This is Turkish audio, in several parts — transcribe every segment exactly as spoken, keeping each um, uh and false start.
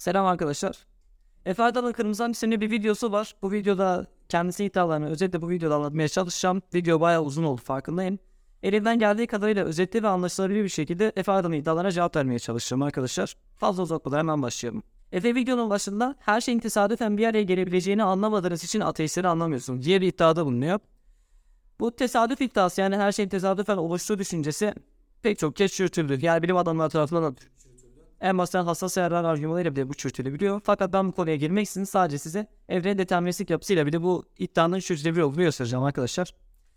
Selam arkadaşlar. Efe Erdal'ın Kırmızı Halı isimli bir videosu var. Bu videoda kendisi iddialarını özetle bu videoda anlatmaya çalışacağım. Video bayağı uzun oldu, farkındayım. Elimden geldiği kadarıyla özetli ve anlaşılabilir bir şekilde Efe Erdal'ın iddialarına cevap vermeye çalışacağım arkadaşlar. Fazla uzatmadan hemen başlayalım. Efe videonun başında her şeyin tesadüfen bir araya gelebileceğini anlamadığınız için ateistleri anlamıyorsunuz diye bir iddiada bulunuyor. Bu tesadüf iddiası, yani her şeyin tesadüfen oluştuğu düşüncesi pek çok kez çürütüldü. Yani bilim adamları tarafından da en basitten hassas ayarlar argümanıyla bile bu çürütülebiliyor. Fakat ben bu konuya girmeksizin sadece size evrenin deterministik yapısıyla bile bu iddianın çürütülebiliyor olduğunu göstereceğim arkadaşlar.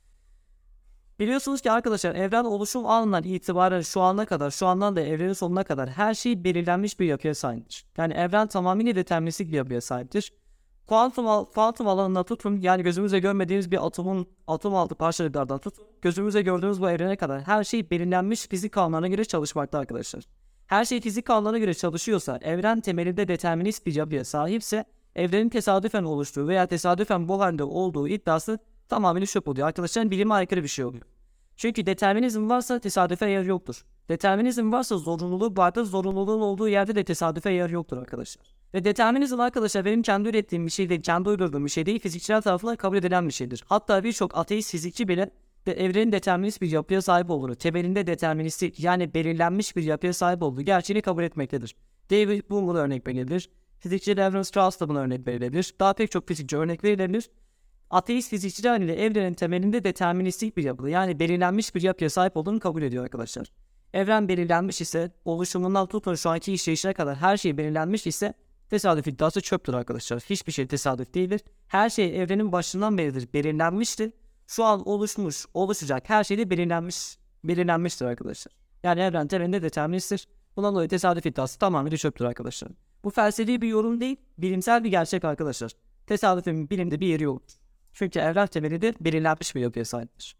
Biliyorsunuz ki arkadaşlar, evren oluşum anından itibaren şu ana kadar, şu andan da evrenin sonuna kadar her şey belirlenmiş bir yapıya sahiptir. Yani evren tamamıyla deterministik bir yapıya sahiptir. Kuantum, al kuantum alanına tutun, yani gözümüzle görmediğimiz bir atomun atom altı parçacıklardan tutun, gözümüzle gördüğümüz bu evrene kadar her şey belirlenmiş fizik kanunlarına göre çalışmakta arkadaşlar. Her şey fizik kanunlarına göre çalışıyorsa, evren temelinde determinist bir yapıya sahipse, evrenin tesadüfen oluştuğu veya tesadüfen bu halde olduğu iddiası tamamıyla çöp oluyor. Arkadaşlar, bilime aykırı bir şey oluyor. Çünkü determinizm varsa tesadüfe yer yoktur. Determinizm varsa zorunluluk vardır, zorunluluğun olduğu yerde de tesadüfe yer yoktur arkadaşlar. Ve determinizm arkadaşlar benim kendi ürettiğim bir şey değil, kendi uydurduğum bir şey değil, fizikçiler tarafından kabul edilen bir şeydir. Hatta birçok ateist fizikçi bile de evrenin determinist bir yapıya sahip olduğunu, temelinde deterministik, yani belirlenmiş bir yapıya sahip olduğu gerçeğini kabul etmektedir. David Bohm buna örnek verilebilir. Fizikçi Lawrence Strauss da buna örnek verilebilir. Daha pek çok fizikçi örnek verilebilir. Ateist fizikçiler ile evrenin temelinde deterministik bir yapı, yani belirlenmiş bir yapıya sahip olduğunu kabul ediyor arkadaşlar. Evren belirlenmiş ise, oluşumundan tutun şu anki işleyişine kadar her şey belirlenmiş ise tesadüf iddiası çöptür arkadaşlar. Hiçbir şey tesadüf değildir. Her şey evrenin başından beridir belirlenmiştir. Şu an oluşmuş, oluşacak her şey de belirlenmiş, belirlenmiştir arkadaşlar. Yani evren temelinde deterministtir. Bundan dolayı tesadüf iddiası tamamen çöptür arkadaşlar. Bu felsefi bir yorum değil, bilimsel bir gerçek arkadaşlar. Tesadüfün bilimde bir yeri yoktur. Çünkü evren temelinde belirlenmiş bir yapıya sahiptir.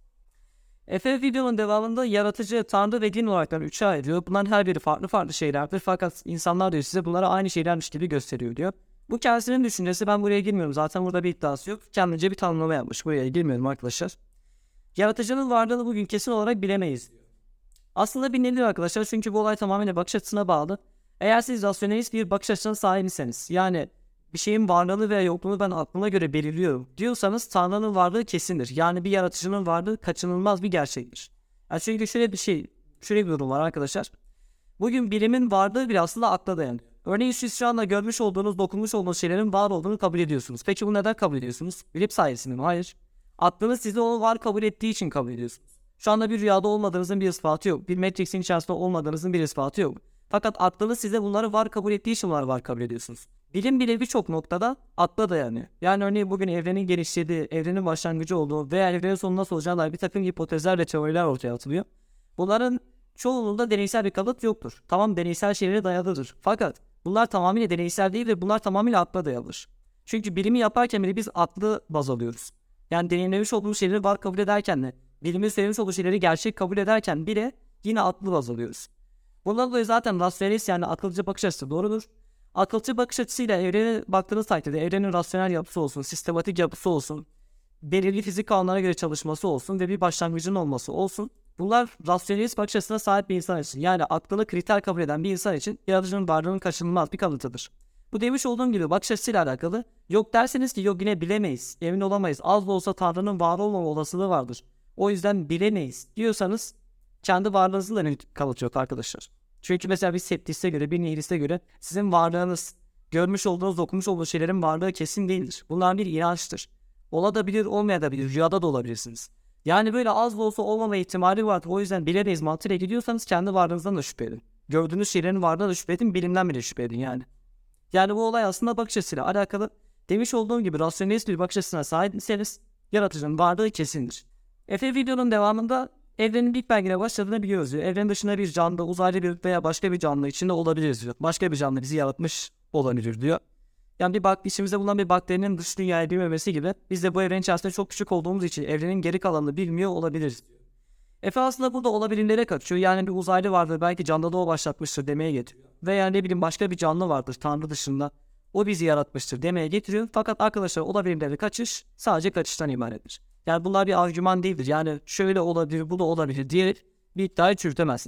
Efe videonun devamında yaratıcı, tanrı ve din olarak üçe ayırıyor. Bunların her biri farklı farklı şeylerdir. Fakat insanlar diyor size bunlara aynı şeylermiş gibi gösteriyor diyor. Bu kendisinin düşüncesi, ben buraya girmiyorum. Zaten burada bir iddiası yok. Kendince bir tanımlama yapmış. Buraya girmiyorum arkadaşlar. Yaratıcının varlığını bugün kesin olarak bilemeyiz diyor. Aslında bilinir arkadaşlar, çünkü bu olay tamamen bakış açısına bağlı. Eğer siz rasyonelist bir bakış açısına sahipseniz, yani bir şeyin varlığını veya yokluğunu ben aklıma göre belirliyorum diyorsanız, Tanrı'nın varlığı kesindir. Yani bir yaratıcının varlığı kaçınılmaz bir gerçektir. Yani çünkü şöyle bir şey, şöyle bir durum var arkadaşlar. Bugün bilimin varlığı bile aslında akla dayanıyor. Örneğin siz şu anda görmüş olduğunuz, dokunmuş olduğunuz şeylerin var olduğunu kabul ediyorsunuz. Peki bu neden kabul ediyorsunuz? Bilim sayesinde mi? Hayır. Aklınız sizi onu var kabul ettiği için kabul ediyorsunuz. Şu anda bir rüyada olmadığınızın bir ispatı yok. Bir Matrix'in içerisinde olmadığınızın bir ispatı yok. Fakat aklınız size bunları var kabul ettiği için bunları var kabul ediyorsunuz. Bilim bile birçok noktada akla dayanıyor. Yani örneğin bugün evrenin geliştirdiği, evrenin başlangıcı olduğu veya evrenin sonu nasıl olacağına dair bir takım hipotezler ve teoriler ortaya atılıyor. Bunların çoğunluğunda deneysel bir kanıt yoktur. Tamam, deneysel şeylere dayalıdır. Fakat bunlar tamamıyla deneysel değil ve bunlar tamamıyla akla dayalıdır. Çünkü bilimi yaparken bile biz aklı baz alıyoruz. Yani deneyimlemiş olduğumuz şeyleri var kabul ederken de, bilimin söylemiş olduğu şeyleri gerçek kabul ederken bile yine aklı baz alıyoruz. Bundan dolayı zaten rasyonelist, yani akılcı bakış açısı doğrudur. Akılcı bakış açısıyla evrene baktığınız takdirde evrenin rasyonel yapısı olsun, sistematik yapısı olsun, belirli fizik kanunlarına göre çalışması olsun ve bir başlangıcın olması olsun. Bunlar rasyonelist bakış açısına sahip bir insan için, yani aklını kriter kabul eden bir insan için yaratıcının varlığının kaçınılmaz bir kanıtıdır. Bu demiş olduğum gibi bakış açısıyla alakalı. Yok derseniz ki yok, yine bilemeyiz, emin olamayız, az da olsa Tanrı'nın var olmama olasılığı vardır, o yüzden bilemeyiz diyorsanız kendi varlığınızla ne kanıt yok arkadaşlar. Çünkü mesela bir septiste göre, bir nihiliste göre sizin varlığınız, görmüş olduğunuz, dokunmuş olduğunuz şeylerin varlığı kesin değildir. Bunlar bir inançtır. Olabilir, olmayabilir, rüyada da olabilirsiniz. Yani böyle az da olsa olmama ihtimali vardır, o yüzden bilemeyiz mantığıyla gidiyorsanız kendi varlığınızdan da şüphe edin. Gördüğünüz şeylerin varlığına da şüphe edin, bilimden bile şüphe edin yani. Yani bu olay aslında bakış açısıyla alakalı. Demiş olduğum gibi rasyonelist bir bakış açısına sahipseniz yaratıcının varlığı kesindir. Efe videonun devamında evrenin Big Bang ile başladığını biliyoruz diyor. Evren dışında bir canlı, uzaylı bir veya başka bir canlı içinde olabiliriz diyor. Başka bir canlı bizi yaratmış olabilir diyor. Yani bir bak, içimizde bulunan bir bakterinin dış dünyayı bilmemesi gibi biz de bu evrenin içerisinde çok küçük olduğumuz için evrenin geri kalanını bilmiyor olabiliriz diyor. Efe aslında burada olabilirlere kaçıyor. Yani bir uzaylı vardır, belki canlı da o başlatmıştır demeye getiriyor. Veya ne bileyim başka bir canlı vardır Tanrı dışında, o bizi yaratmıştır demeye getiriyor. Fakat arkadaşlar, olabilirlere kaçış sadece kaçıştan ibarettir. Yani bunlar bir argüman değildir. Yani şöyle olabilir, bu da olabilir diye bir iddiayı çürütemezsiniz.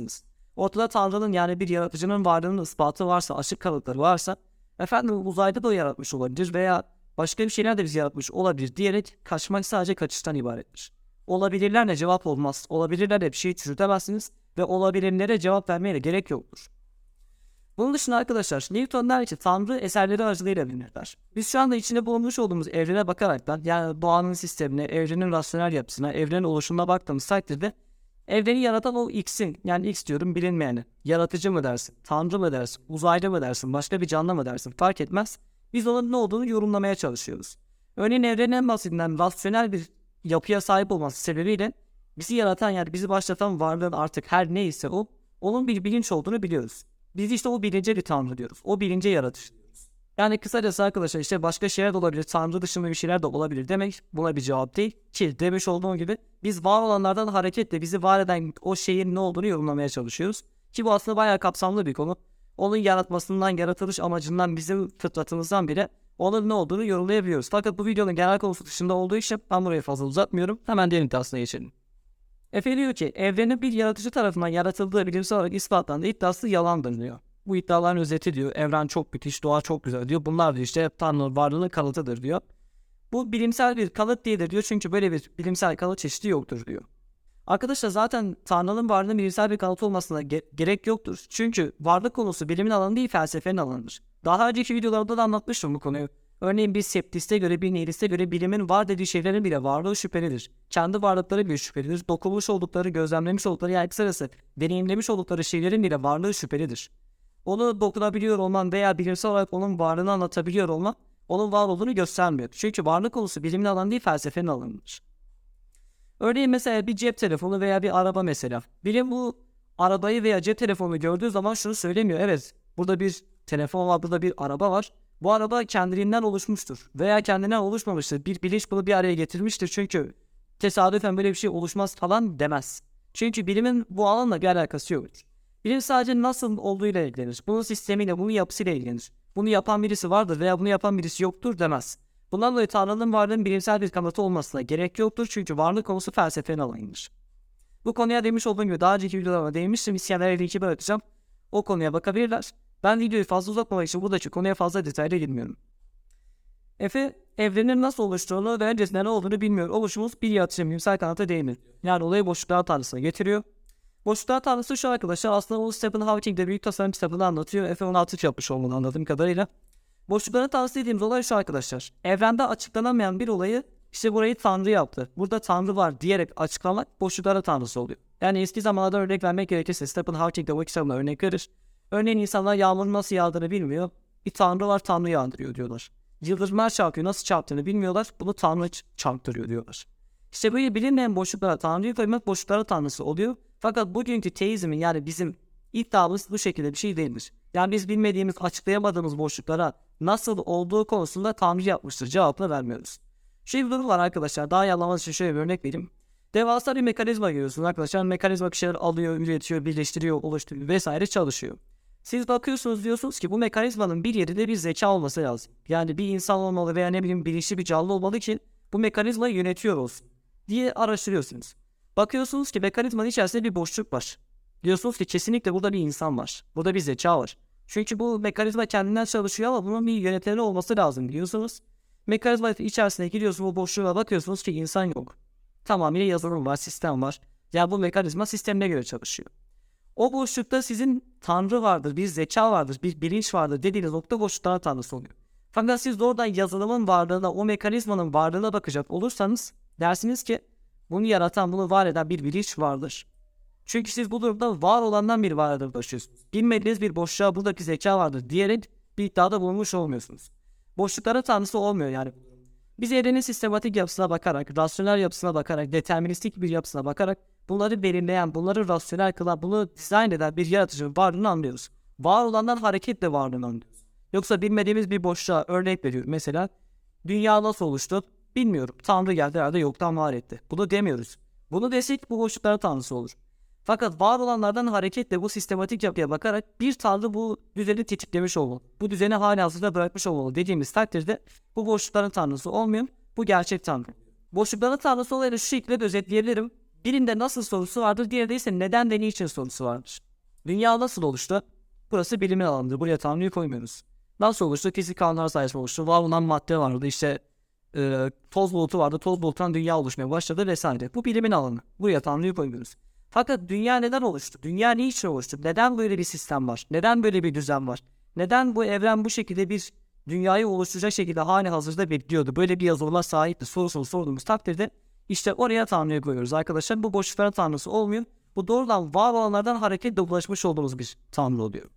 Ortada Tanrı'nın yani bir yaratıcının varlığının ispatı varsa, açık kanıtları varsa, efendim uzayda da yaratmış olabilir veya başka bir şeyler de bizi yaratmış olabilir diyerek kaçmak sadece kaçıştan ibarettir. Olabilirlerle cevap olmaz. Olabilirlerle bir şey çürütemezsiniz ve olabilirlere cevap vermeye de gerek yoktur. Bunun dışında arkadaşlar Newton der ki Tanrı eserleri aracılığıyla bilinirler. Biz şu anda içinde bulunmuş olduğumuz evrene bakaraktan yani doğanın sistemine, evrenin rasyonel yapısına, evrenin oluşumuna baktığımız takdirde evreni yaratan o X'in yani X diyorum bilinmeyeni. Yaratıcı mı dersin, Tanrı mı dersin, uzaylı mı dersin, başka bir canlı mı dersin fark etmez. Biz onun ne olduğunu yorumlamaya çalışıyoruz. Örneğin evrenin en basitinden rasyonel bir yapıya sahip olması sebebiyle bizi yaratan yani bizi başlatan varlığın artık her neyse o, onun bir bilinç olduğunu biliyoruz. Biz işte o bilince bir Tanrı diyoruz. O bilince yaratış diyoruz. Yani kısacası arkadaşlar işte başka şeyler de olabilir. Tanrı dışında bir şeyler de olabilir demek buna bir cevap değil. Ki demiş olduğum gibi biz var olanlardan hareketle bizi var eden o şeyin ne olduğunu yorumlamaya çalışıyoruz. Ki bu aslında bayağı kapsamlı bir konu. Onun yaratmasından, yaratılış amacından, bizim fıtratımızdan bile onun ne olduğunu yorumlayabiliyoruz. Fakat bu videonun genel konusu dışında olduğu için ben burayı fazla uzatmıyorum. Hemen diğer iddiasına geçelim. Efe diyor ki evrenin bir yaratıcı tarafından yaratıldığı bilimsel olarak ispatlandığı iddiası yalandır diyor. Bu iddiaların özeti diyor. Evren çok müthiş, doğa çok güzel diyor. Bunlar diyor işte Tanrı'nın varlığının kanıtıdır diyor. Bu bilimsel bir kanıt değildir diyor. Çünkü böyle bir bilimsel kanıt çeşidi yoktur diyor. Arkadaşlar zaten Tanrı'nın varlığının bilimsel bir kanıt olmasına ge- gerek yoktur. Çünkü varlık konusu bilimin alanı değil felsefenin alanıdır. Daha önceki videolarda da anlatmıştım bu konuyu. Örneğin bir septiste göre bir nihiliste göre bilimin var dediği şeylerin bile varlığı şüphelidir. Kendi varlıkları bile şüphelidir. Dokunmuş oldukları, gözlemlemiş oldukları yani kısacası deneyimlemiş oldukları şeylerin bile varlığı şüphelidir. Onu dokunabiliyor olman veya bilimsel olarak onun varlığını anlatabiliyor olman onun var olduğunu göstermiyor. Çünkü varlık konusu bilimin alanı değil felsefenin alanıdır. Örneğin mesela bir cep telefonu veya bir araba mesela. Bilim bu arabayı veya cep telefonunu gördüğü zaman şunu söylemiyor. Evet burada bir telefon var, burada bir araba var. Bu araba kendiliğinden oluşmuştur veya kendinden oluşmamıştır. Bir bilinç bunu bir araya getirmiştir çünkü tesadüfen böyle bir şey oluşmaz falan demez. Çünkü bilimin bu alanla bir alakası yoktur. Bilim sadece nasıl olduğuyla ilgilenir. Bunun sistemiyle, bunun yapısıyla ilgilenir. Bunu yapan birisi vardır veya bunu yapan birisi yoktur demez. Bundan dolayı Tanrı'nın varlığının bilimsel bir kanıtı olmasına gerek yoktur çünkü varlık konusu felsefenin alanıdır. Bu konuya demiş olduğum gibi daha önceki videolarıma değinmiştim. İsteyenlere linki bırakacağım. O konuya bakabilirler. Ben videoyu fazla uzatmamak için buradaki konuya fazla detaylı girmiyorum. Efe, evrenin nasıl oluştuğunu ve öncesinde ne olduğunu bilmiyor. Oluşumuz bir yaratıcı bilimsel kanıta değinir. Yani olayı boşluklar tanrısına getiriyor. Boşluklar tanrısı şu arkadaşlar aslında o Stephen Hawking'de büyük tasarım kitabını anlatıyor. Efe onu atıf yapmış olmalı anladığım kadarıyla. Boşlukların tanrısı dediğimiz olay şu arkadaşlar. Evrende açıklanamayan bir olayı işte burayı Tanrı yaptı. Burada Tanrı var diyerek açıklamak boşluklara tanrısı oluyor. Yani eski zamanlarda örnek vermek gerekirse Stephen Hawking de bu kitabına örnek verir. Örneğin insanlar yağmurun nasıl yağdığını bilmiyor. Bir Tanrı var Tanrı yağdırıyor diyorlar. Yıldırımlar çarpıyor nasıl çarptığını bilmiyorlar. Bunu Tanrı çarptırıyor diyorlar. İşte böyle bilinmeyen boşluklara Tanrı'yı koymak boşluklara tanrısı oluyor. Fakat bugünkü teizmin yani bizim iddiamız bu şekilde bir şey değildir. Yani biz bilmediğimiz, açıklayamadığımız boşluklara nasıl olduğu konusunda Tanrı yapmıştır cevabını vermiyoruz. Şey bir durum var arkadaşlar. Daha iyi anlamanız için şöyle bir örnek vereyim. Devasa bir mekanizma görüyorsunuz arkadaşlar. Mekanizma bir şeyler alıyor, üretiyor, birleştiriyor, oluşturuyor vesaire çalışıyor. Siz bakıyorsunuz diyorsunuz ki bu mekanizmanın bir yerinde bir zeka olması lazım. Yani bir insan olmalı veya ne bileyim bilinçli bir canlı olmalı ki bu mekanizmayı yönetiyor olsun diye araştırıyorsunuz. Bakıyorsunuz ki mekanizmanın içerisinde bir boşluk var. Diyorsunuz ki kesinlikle burada bir insan var. Burada bir zeka var. Çünkü bu mekanizma kendinden çalışıyor ama bunun bir yönetmeni olması lazım diyorsunuz. Mekanizma içerisine giriyorsunuz, bu boşluğa bakıyorsunuz ki insan yok. Tamamıyla yazılım var, sistem var. Yani bu mekanizma sistemine göre çalışıyor. O boşlukta sizin Tanrı vardır, bir zeka vardır, bir bilinç vardır dediğiniz nokta boşluklara tanrısı oluyor. Fakat siz doğrudan yazılımın varlığına, o mekanizmanın varlığına bakacak olursanız dersiniz ki bunu yaratan, bunu var eden bir bilinç vardır. Çünkü siz bu durumda var olandan bir varlığı taşıyorsunuz. Bilmediğiniz bir boşluğa buradaki zeka vardır diyerek bir iddiada bulunmuş olmuyorsunuz. Boşluklara tanrısı olmuyor yani. Biz evrenin sistematik yapısına bakarak, rasyonel yapısına bakarak, deterministik bir yapısına bakarak bunları belirleyen, bunları rasyonel kılan, bunu dizayn eden bir yaratıcının varlığını anlıyoruz. Var olandan hareketle varlığını anlıyoruz. Yoksa bilmediğimiz bir boşluğa örnek veriyorum. Mesela dünya nasıl oluştu? Bilmiyorum. Tanrı geldi herhalde yoktan var etti. Bunu demiyoruz. Bunu desek bu boşluklara tanrısı olur. Fakat var olanlardan hareketle bu sistematik yapıya bakarak bir Tanrı bu düzeni tetiklemiş olmalı. Bu düzeni halihazırda bırakmış olmalı dediğimiz takdirde bu boşlukların tanrısı olmuyor. Bu gerçek Tanrı. Boşlukların tanrısı olayını şu şekilde özetleyebilirim. Birinde nasıl sorusu vardır, diğerinde ise neden ve niçin sorusu vardır. Dünya nasıl oluştu? Burası bilimin alanıdır. Buraya Tanrı'yı koymuyoruz. Nasıl oluştu? Fizik kanunlar sayesinde oluştu. Var olan madde vardı. İşte e, toz bulutu vardı. Toz buluttan dünya oluşmaya başladı vesaire. Bu bilimin alanı. Buraya Tanrı'yı koymuyoruz. Fakat dünya neden oluştu? Dünya niçin oluştu? Neden böyle bir sistem var? Neden böyle bir düzen var? Neden bu evren bu şekilde bir dünyayı oluşturacak şekilde hali hazırda bekliyordu? Böyle bir yazılıma sahipti sorusunu sorduğumuz takdirde işte oraya Tanrı'yı koyuyoruz arkadaşlar. Bu boşlukların Tanrısı olmuyor. Bu doğrudan var olanlardan hareketle ulaşmış olduğumuz bir Tanrı oluyor.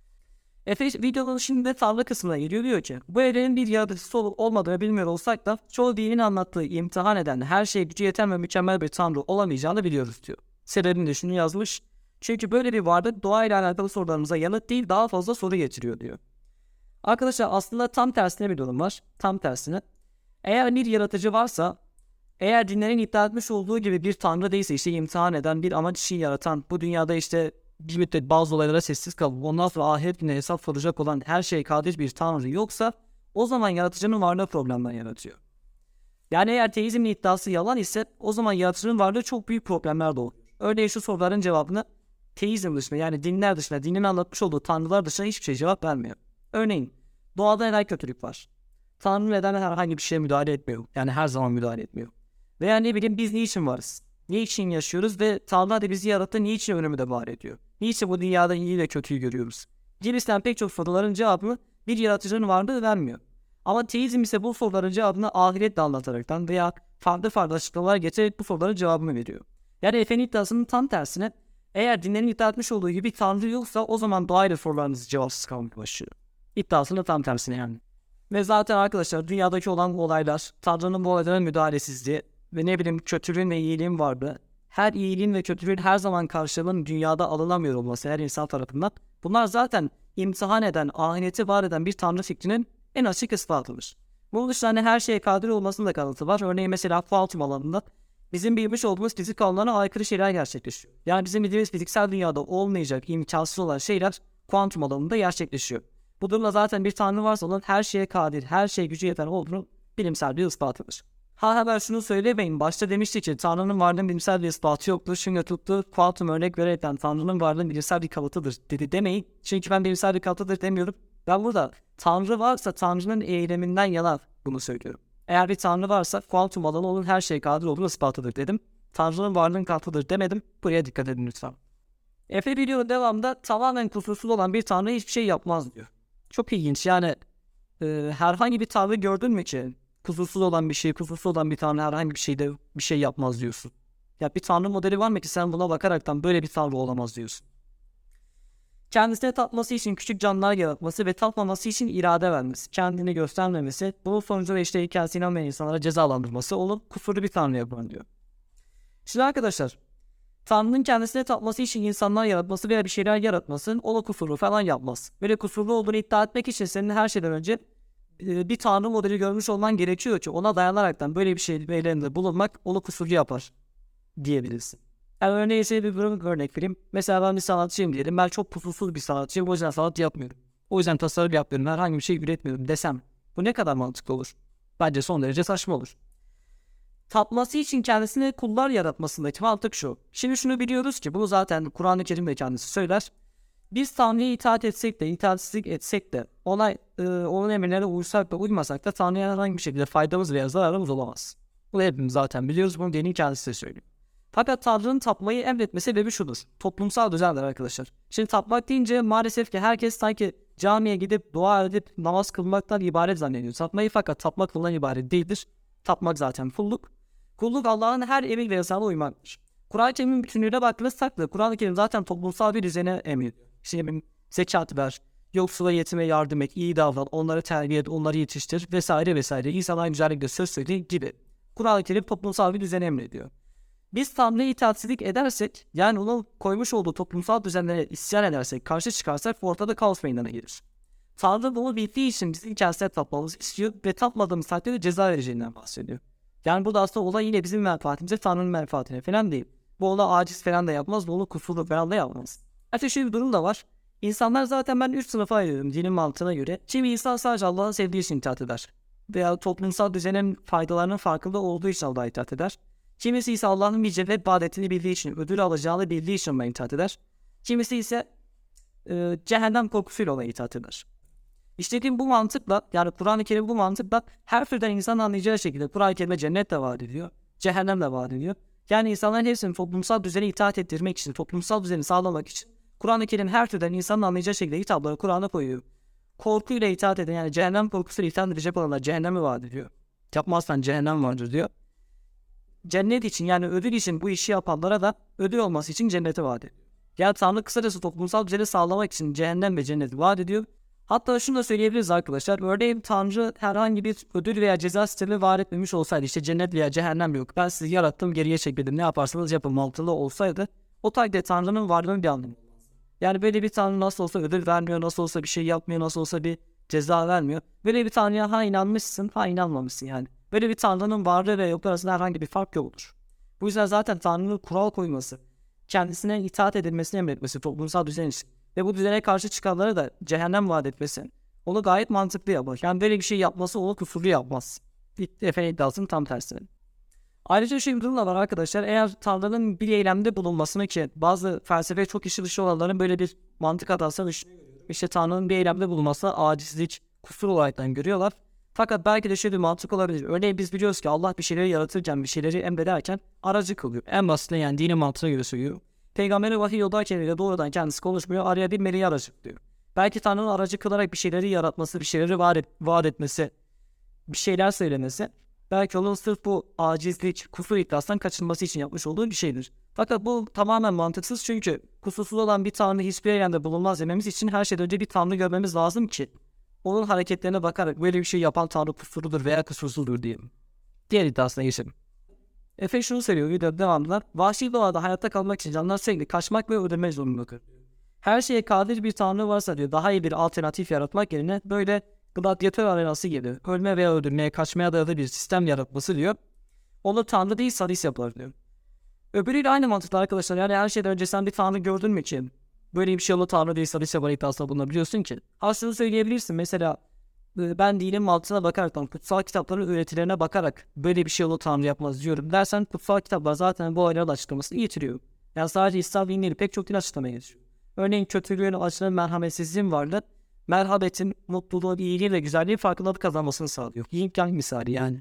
Efes videonun şimdi de Tanrı kısmına geliyor, diyor ki bu evrenin bir yaratıcısı olup olmadığını bilmiyor olsak da çoğu dinin anlattığı imtihan eden her şeye gücü yeten ve mükemmel bir Tanrı olamayacağını biliyoruz diyor. Sebebini de şunu yazmış. Çünkü böyle bir varlık doğayla alakalı sorularımıza yanıt değil daha fazla soru getiriyor diyor. Arkadaşlar aslında tam tersine bir durum var. Tam tersine. Eğer bir yaratıcı varsa, eğer dinlerin iddia etmiş olduğu gibi bir tanrı değilse, işte imtihan eden, bir amaç için yaratan, bu dünyada işte bir müddet bazı olaylara sessiz kalıp ondan sonra ahiret gününe hesap soracak olan her şeye kadir bir tanrı yoksa, o zaman yaratıcının varlığı problemden yaratıyor. Yani eğer teizmin iddiası yalan ise o zaman yaratıcının varlığı çok büyük problemler doğuyor. Örneğin şu soruların cevabını teizm dışında, yani dinler dışında, dinin anlatmış olduğu tanrılar dışında hiçbir şey cevap vermiyor. Örneğin doğada neden kötülük var? Tanrı neden herhangi bir şeye müdahale etmiyor? Yani her zaman müdahale etmiyor. Veya ne bileyim biz niçin varız? Niçin yaşıyoruz ve Tanrı da bizi yarattı, niçin ölümü var ediyor? Niçin bu dünyada iyi ve kötüyü görüyoruz? Gibisinden pek çok soruların cevabını bir yaratıcının varlığı vermiyor. Ama teizm ise bu soruların cevabını ahiretle anlataraktan veya farklı farklı açıklamalar getirerek bu soruların cevabını veriyor. Yani Efe'nin iddiasının tam tersine, eğer dinlerin iddia etmiş olduğu gibi Tanrı yoksa o zaman doğayla sorularınız cevapsız kalmaya başlıyor. İddiasının tam tersine yani. Ve zaten arkadaşlar dünyadaki olan olaylar, Tanrı'nın bu olaylara müdahalesizliği ve ne bileyim kötülüğün ve iyiliğin varlığı, her iyiliğin ve kötülüğün her zaman karşılığının dünyada alınamıyor olması her insan tarafından, bunlar zaten imtihan eden, ahireti var eden bir Tanrı fikrinin en açık ispatıdır. Bunun dışında hani her şeye kadir olmasının da kanıtı var. Örneğin mesela kuantum alanında bizim bilmiş olduğumuz fizik alanlarına aykırı şeyler gerçekleşiyor. Yani bizim bildiğimiz fiziksel dünyada olmayacak, imkansız olan şeyler kuantum alanında gerçekleşiyor. Bu durumda zaten bir tanrı varsa onun her şeye kadir, her şeye gücü yeten olduğunu bilimsel bir ispatıdır. Ha hemen şunu söylemeyin. Başta demiştik ki Tanrı'nın varlığının bilimsel bir ispatı yoktur. Şimdi tuttu kuantum örnek verirken Tanrı'nın varlığının bilimsel bir kanıtıdır dedi demeyin. Çünkü ben bilimsel bir kanıtıdır demiyorum. Ben burada Tanrı varsa Tanrı'nın eyleminden yana bunu söylüyorum. Eğer bir Tanrı varsa kuantum alanı onun her şeye kadir olduğunu ispatıdır dedim. Tanrı'nın varlığının kanıtıdır demedim. Buraya dikkat edin lütfen. Efe videonun devamında tamamen kusursuz olan bir Tanrı hiçbir şey yapmaz diyor. Çok ilginç yani e, herhangi bir Tanrı gördün mü ki kusursuz olan bir şey, kusursuz olan bir Tanrı herhangi bir şeyde bir şey yapmaz diyorsun. Ya bir Tanrı modeli var mı ki sen buna bakaraktan böyle bir Tanrı olamaz diyorsun. Kendisine tatması için küçük canlılar yaratması ve tatmaması için irade vermesi, kendini göstermemesi, bunun sonucunda işte hikayesine inanmayan insanlara cezalandırması onu kusurlu bir Tanrı yapar diyor. Şimdi arkadaşlar, Tanrı'nın kendisine tatması için insanlar yaratması veya bir şeyler yaratması onu kusurlu falan yapmaz. Böyle kusurlu olduğunu iddia etmek için senin her şeyden önce e, bir Tanrı modeli görmüş olman gerekiyor ki ona dayanaraktan böyle bir şeyin eyleminde bulunmak onu kusurlu yapar diyebilirsin. Yani örneğin size bir örnek vereyim. Mesela ben bir sanatçıyım diyelim. Ben çok kusursuz bir sanatçıyım. O yüzden sanat yapmıyorum. O yüzden tasarım yapmıyorum. Herhangi bir şey üretmiyorum desem. Bu ne kadar mantıklı olur? Bence son derece saçma olur. Tatması için kendisine kullar yaratmasındaki mantık şu. Şimdi şunu biliyoruz ki bunu zaten Kur'an-ı Kerim'de kendisi söyler. Biz Tanrı'ya itaat etsek de, itaatsizlik etsek de, ona, e, onun emirlerine uysak da uymasak da Tanrı'ya herhangi bir şekilde faydamız veya zararımız olamaz. Bunu hepimiz zaten biliyoruz. Bunu dinin kendisi de söylüyor. Fakat Tanrı'nın tapmayı emretmesi sebebi şudur. Toplumsal düzenler arkadaşlar. Şimdi tapmak deyince maalesef ki herkes sanki camiye gidip dua edip namaz kılmaktan ibaret zannediyor. Tapmayı fakat tapmak bundan ibaret değildir. Tapmak zaten kulluk. Kulluk Allah'ın her emir ve yasağına uymaktır. Kur'an-ı Kerim'in bütünlüğüne baktığımızda da Kur'an-ı Kerim zaten toplumsal bir düzene emrediyor. İşte zekat ver, yoksula yetime yardım et, iyi davran, onları terbiye et, onları yetiştir vesaire vesaire. İnsanlar güzellikle söz söylediği gibi. Kur'an-ı Kerim toplumsal bir düzene emrediyor. Biz Tanrı'ya itaatsizlik edersek, yani onun koymuş olduğu toplumsal düzenlere isyan edersek, karşı çıkarsak ortada kaos meydana gelir. Tanrı bunu bildiği için bizim kendisine tapmamızı istiyor ve tapmadığımız takdirde ceza vereceğinden bahsediyor. Yani burada aslında olay yine bizim menfaatimize, Tanrı'nın menfaatine falan değil. Bu ona aciz falan da yapmaz, bu onu kusurlu falan da yapmaz. Hatta şöyle bir durum da var. İnsanlar zaten ben üç sınıfa ayırıyorum dinin mantığına göre. Kimi insan sadece Allah'ın sevdiği için itaat eder. Veya toplumsal düzenin faydalarının farkında olduğu için Allah'a itaat eder. Kimisi ise Allah'ın bir cennet vaadetini bildiği için, ödül alacağını bildiği için ona itaat eder. Kimisi ise e, cehennem korkusuyla ona itaat eder. İşlediğim bu mantıkla, yani Kur'an-ı Kerim bu mantıkla her türden insan anlayacağı şekilde Kur'an-ı Kerim'de cennet de vaat ediyor, cehennem de vaat ediyor. Yani insanların hepsini toplumsal düzene itaat ettirmek için, toplumsal düzeni sağlamak için Kur'an-ı Kerim her türden insanın anlayacağı şekilde hitapları Kur'an'a koyuyor. Korkuyla itaat eden, yani cehennem korkusuyla itaat edecek olanlar cehennemi vaat ediyor. Yapmazsan cehennem vardır diyor. Cennet için, yani ödül için bu işi yapanlara da ödül olması için cenneti vaat ediyor. Yani Tanrı kısacası toplumsal düzeni sağlamak için cehennem ve cenneti vaat ediyor. Hatta şunu da söyleyebiliriz arkadaşlar. Örneğin Tanrı herhangi bir ödül veya ceza sistemi vaat etmemiş olsaydı, işte cennet veya cehennem yok, ben sizi yarattım geriye çekmedim, ne yaparsanız yapın mantığı olsaydı, o takdirde Tanrı'nın varlığının bir anlamı. Yani böyle bir Tanrı nasıl olsa ödül vermiyor, nasıl olsa bir şey yapmıyor, nasıl olsa bir ceza vermiyor. Böyle bir Tanrı'ya ha inanmışsın, ha inanmamışsın yani. Böyle bir Tanrı'nın varlığı ve yok arasında herhangi bir fark yoktur. Bu yüzden zaten Tanrı'nın kural koyması, kendisine itaat edilmesini emretmesi toplumsal düzen için ve bu düzene karşı çıkanlara da cehennem vaat etmesi onu gayet mantıklı yapar. Yani böyle bir şey yapması onu kusurlu yapmaz. Efendim iddiasının tam tersine. Ayrıca şey bir durum da var arkadaşlar. Eğer Tanrı'nın bir eylemde bulunmasını, ki bazı felsefe çok işi dışı olanların böyle bir mantık hatası düşünüyor. İşte Tanrı'nın bir eylemde bulunması acizlik, kusur olaraktan görüyorlar. Fakat belki de şöyle bir mantık olabilir. Örneğin biz biliyoruz ki Allah bir şeyleri yaratırken, bir şeyleri emrederken aracı kılıyor. En basitinde, yani dinin mantığına göre söylüyor. Peygamber'e vahiy yoldarken bile doğrudan kendisi konuşmuyor, araya bir meleği aracı kılıyor. Belki Tanrı'nın aracı kılarak bir şeyleri yaratması, bir şeyleri vaat, et, vaat etmesi, bir şeyler söylemesi, belki onun sırf bu acizlik, kusur iddiasından kaçınması için yapmış olduğu bir şeydir. Fakat bu tamamen mantıksız, çünkü kusursuz olan bir Tanrı hiçbir yerde bulunmaz dememiz için her şeyden önce bir Tanrı görmemiz lazım ki onun hareketlerine bakarak böyle bir şey yapan Tanrı kusurludur veya kusursuzdur diyelim. Diğer iddiasına geçelim. Efe şunu söylüyor videoda devamlı. Vahşi doğada hayatta kalmak için canlar sürekli kaçmak ve öldürmek zorunda kalıyor. Her şeye kadir bir Tanrı varsa diyor, daha iyi bir alternatif yaratmak yerine böyle gladyatör arenası gibi ölme veya öldürmeye, kaçmaya dayalı bir sistem yaratması diyor. Onu Tanrı değil sadist yapar diyor. Öbürüyle aynı mantıkla arkadaşlar. Yani her şeyden önce sen bir Tanrı gördün mü ki böyle bir şey onu Tanrı değil sadist yapar iddiasında bulunabiliyorsun ki? Ha şunu söyleyebilirsin mesela, ben dinin mantığına bakarak, kutsal kitapların öğretilerine bakarak böyle bir şey onu Tanrı yapmaz diyorum dersen, kutsal kitaplar zaten bu olayların açıklamasını getiriyor. Yani sadece İslam dini değil, pek çok din açıklamaya getiriyor. Örneğin kötülüğün, acının, merhametsizliğin varlığı, merhametin, mutluluğun, iyiliğin ve güzelliğin farkındalık kazanmasını sağlıyor. Yin yang misali yani.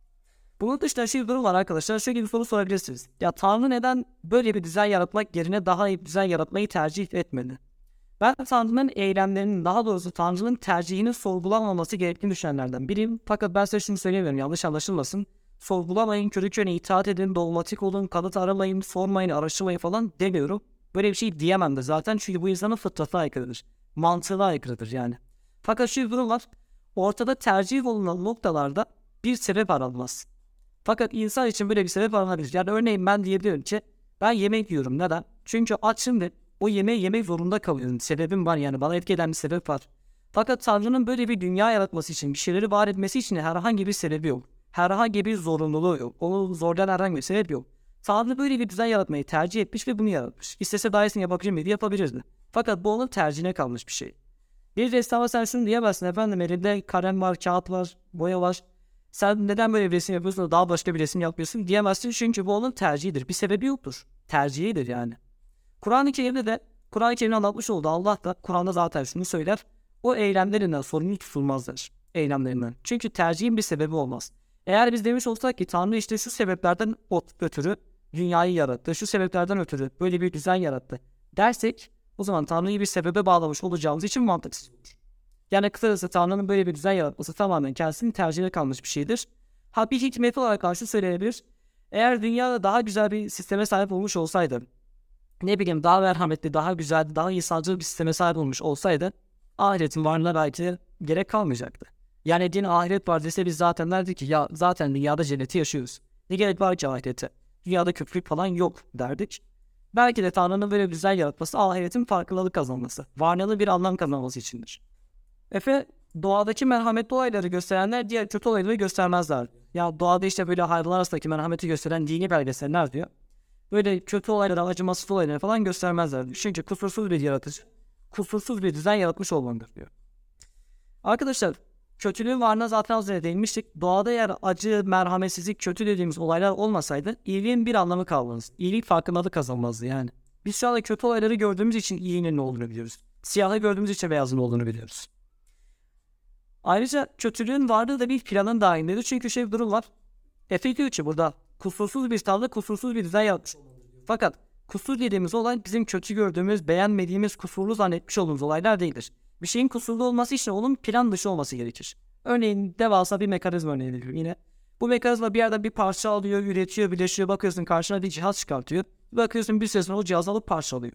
Bunun dışında şey bir durum var arkadaşlar. Şöyle bir soru sorabilirsiniz. Ya Tanrı neden böyle bir düzen yaratmak yerine daha iyi bir düzen yaratmayı tercih etmedi? Ben Tanrı'nın eylemlerinin, daha doğrusu Tanrı'nın tercihinin sorgulanmaması gerektiğini düşünenlerden biriyim. Fakat ben size şunu söylemiyorum, yanlış anlaşılmasın. Sorgulamayın, körü körüne itaat edin, dogmatik olun, kanıt aramayın, sormayın, araştırmayın falan demiyorum. Böyle bir şey diyemem de zaten, çünkü bu insanın fıtratına aykırıdır. Mantığına aykırıdır yani. Fakat şu bir durum var. Ortada tercih olunan noktalarda bir sebep aranmaz. Fakat insan için böyle bir sebep aranabilir. Yani örneğin ben diyebilirim ki ben yemek yiyorum. Neden? Çünkü açım ve o yemeği yemek zorunda kalıyorum. Sebebim var, yani bana etki eden bir sebep var. Fakat Tanrı'nın böyle bir dünya yaratması için, bir şeyleri var etmesi için herhangi bir sebebi yok. Herhangi bir zorunluluğu yok. Onu zorlayan herhangi bir sebep yok. Tanrı böyle bir düzen yaratmayı tercih etmiş ve bunu yaratmış. İstese daha iyisini yapabilir miydi? Yapabilirdi. Fakat bu onun tercihine kalmış bir şey. Bir ressama sen şunu diyemezsin, efendim elinde kalem var, kağıt var, boya var. Sen neden böyle bir resim yapıyorsun da daha başka bir resim yapıyorsun diyemezsin, çünkü bu onun tercihidir. Bir sebebi yoktur. Tercihidir yani. Kur'an-ı Kerim'de de, Kur'an-ı Kerim'in anlatmış olduğu Allah da Kur'an'da zaten şunu söyler. O eylemlerinden sorumlu tutulmazlar. Eylemlerinden. Çünkü tercihin bir sebebi olmaz. Eğer biz demiş olsak ki Tanrı işte şu sebeplerden ötürü dünyayı yarattı, şu sebeplerden ötürü böyle bir düzen yarattı dersek, o zaman Tanrı'yı bir sebebe bağlamış olacağımız için mantıksız olur. Yani kısacası Tanrı'nın böyle bir düzen yaratması tamamen kendisinin tercihine kalmış bir şeydir. Ha bir hikmeti olarak karşı söylenebilir. Eğer dünyada daha güzel bir sisteme sahip olmuş olsaydı, ne bileyim daha merhametli, daha güzel, daha insancıl bir sisteme sahip olmuş olsaydı, ahiretin varlığına belki de gerek kalmayacaktı. Yani din ahiret var dese biz zaten derdik ki ya zaten dünyada cenneti yaşıyoruz. Ne gerek var ki ahirete? Dünyada kötülük falan yok derdik. Belki de Tanrı'nın böyle bir düzen yaratması ahiretin farkındalık kazanması, varlığının bir anlam kazanması içindir. Efe, doğadaki merhametli olayları gösterenler diğer kötü olayları göstermezler. Ya doğada işte böyle hayvanlar arasındaki merhameti gösteren dini belgeseller diyor. Böyle kötü olayları, acımasız olayları falan göstermezler diyor. Çünkü kusursuz bir yaratıcı, kusursuz bir düzen yaratmış olmalıdır diyor. Arkadaşlar, kötülüğün varlığına zaten az önce değinmiştik. Doğada eğer acı, merhametsizlik, kötü dediğimiz olaylar olmasaydı iyiliğin bir anlamı kalmaz. İyilik farkındalık kazanmazdı yani. Biz şu anda kötü olayları gördüğümüz için iyinin ne olduğunu biliyoruz. Siyahı gördüğümüz için beyazın olduğunu biliyoruz. Ayrıca kötülüğün varlığı da bir planın dahilindedir. Çünkü şey bir durum var. Efe diyor ki burada kusursuz bir tanrı kusursuz bir düzen yapmış. Fakat kusur dediğimiz olay bizim kötü gördüğümüz, beğenmediğimiz, kusurlu zannetmiş olduğumuz olaylar değildir. Bir şeyin kusurlu olması için onun plan dışı olması gerekir. Örneğin devasa bir mekanizma örneği veriyorum yine. Bu mekanizma bir yerden bir parça alıyor, üretiyor, birleşiyor. Bakıyorsun karşına bir cihaz çıkartıyor. Bakıyorsun bir süre sonra o cihazı alıp parçalıyor.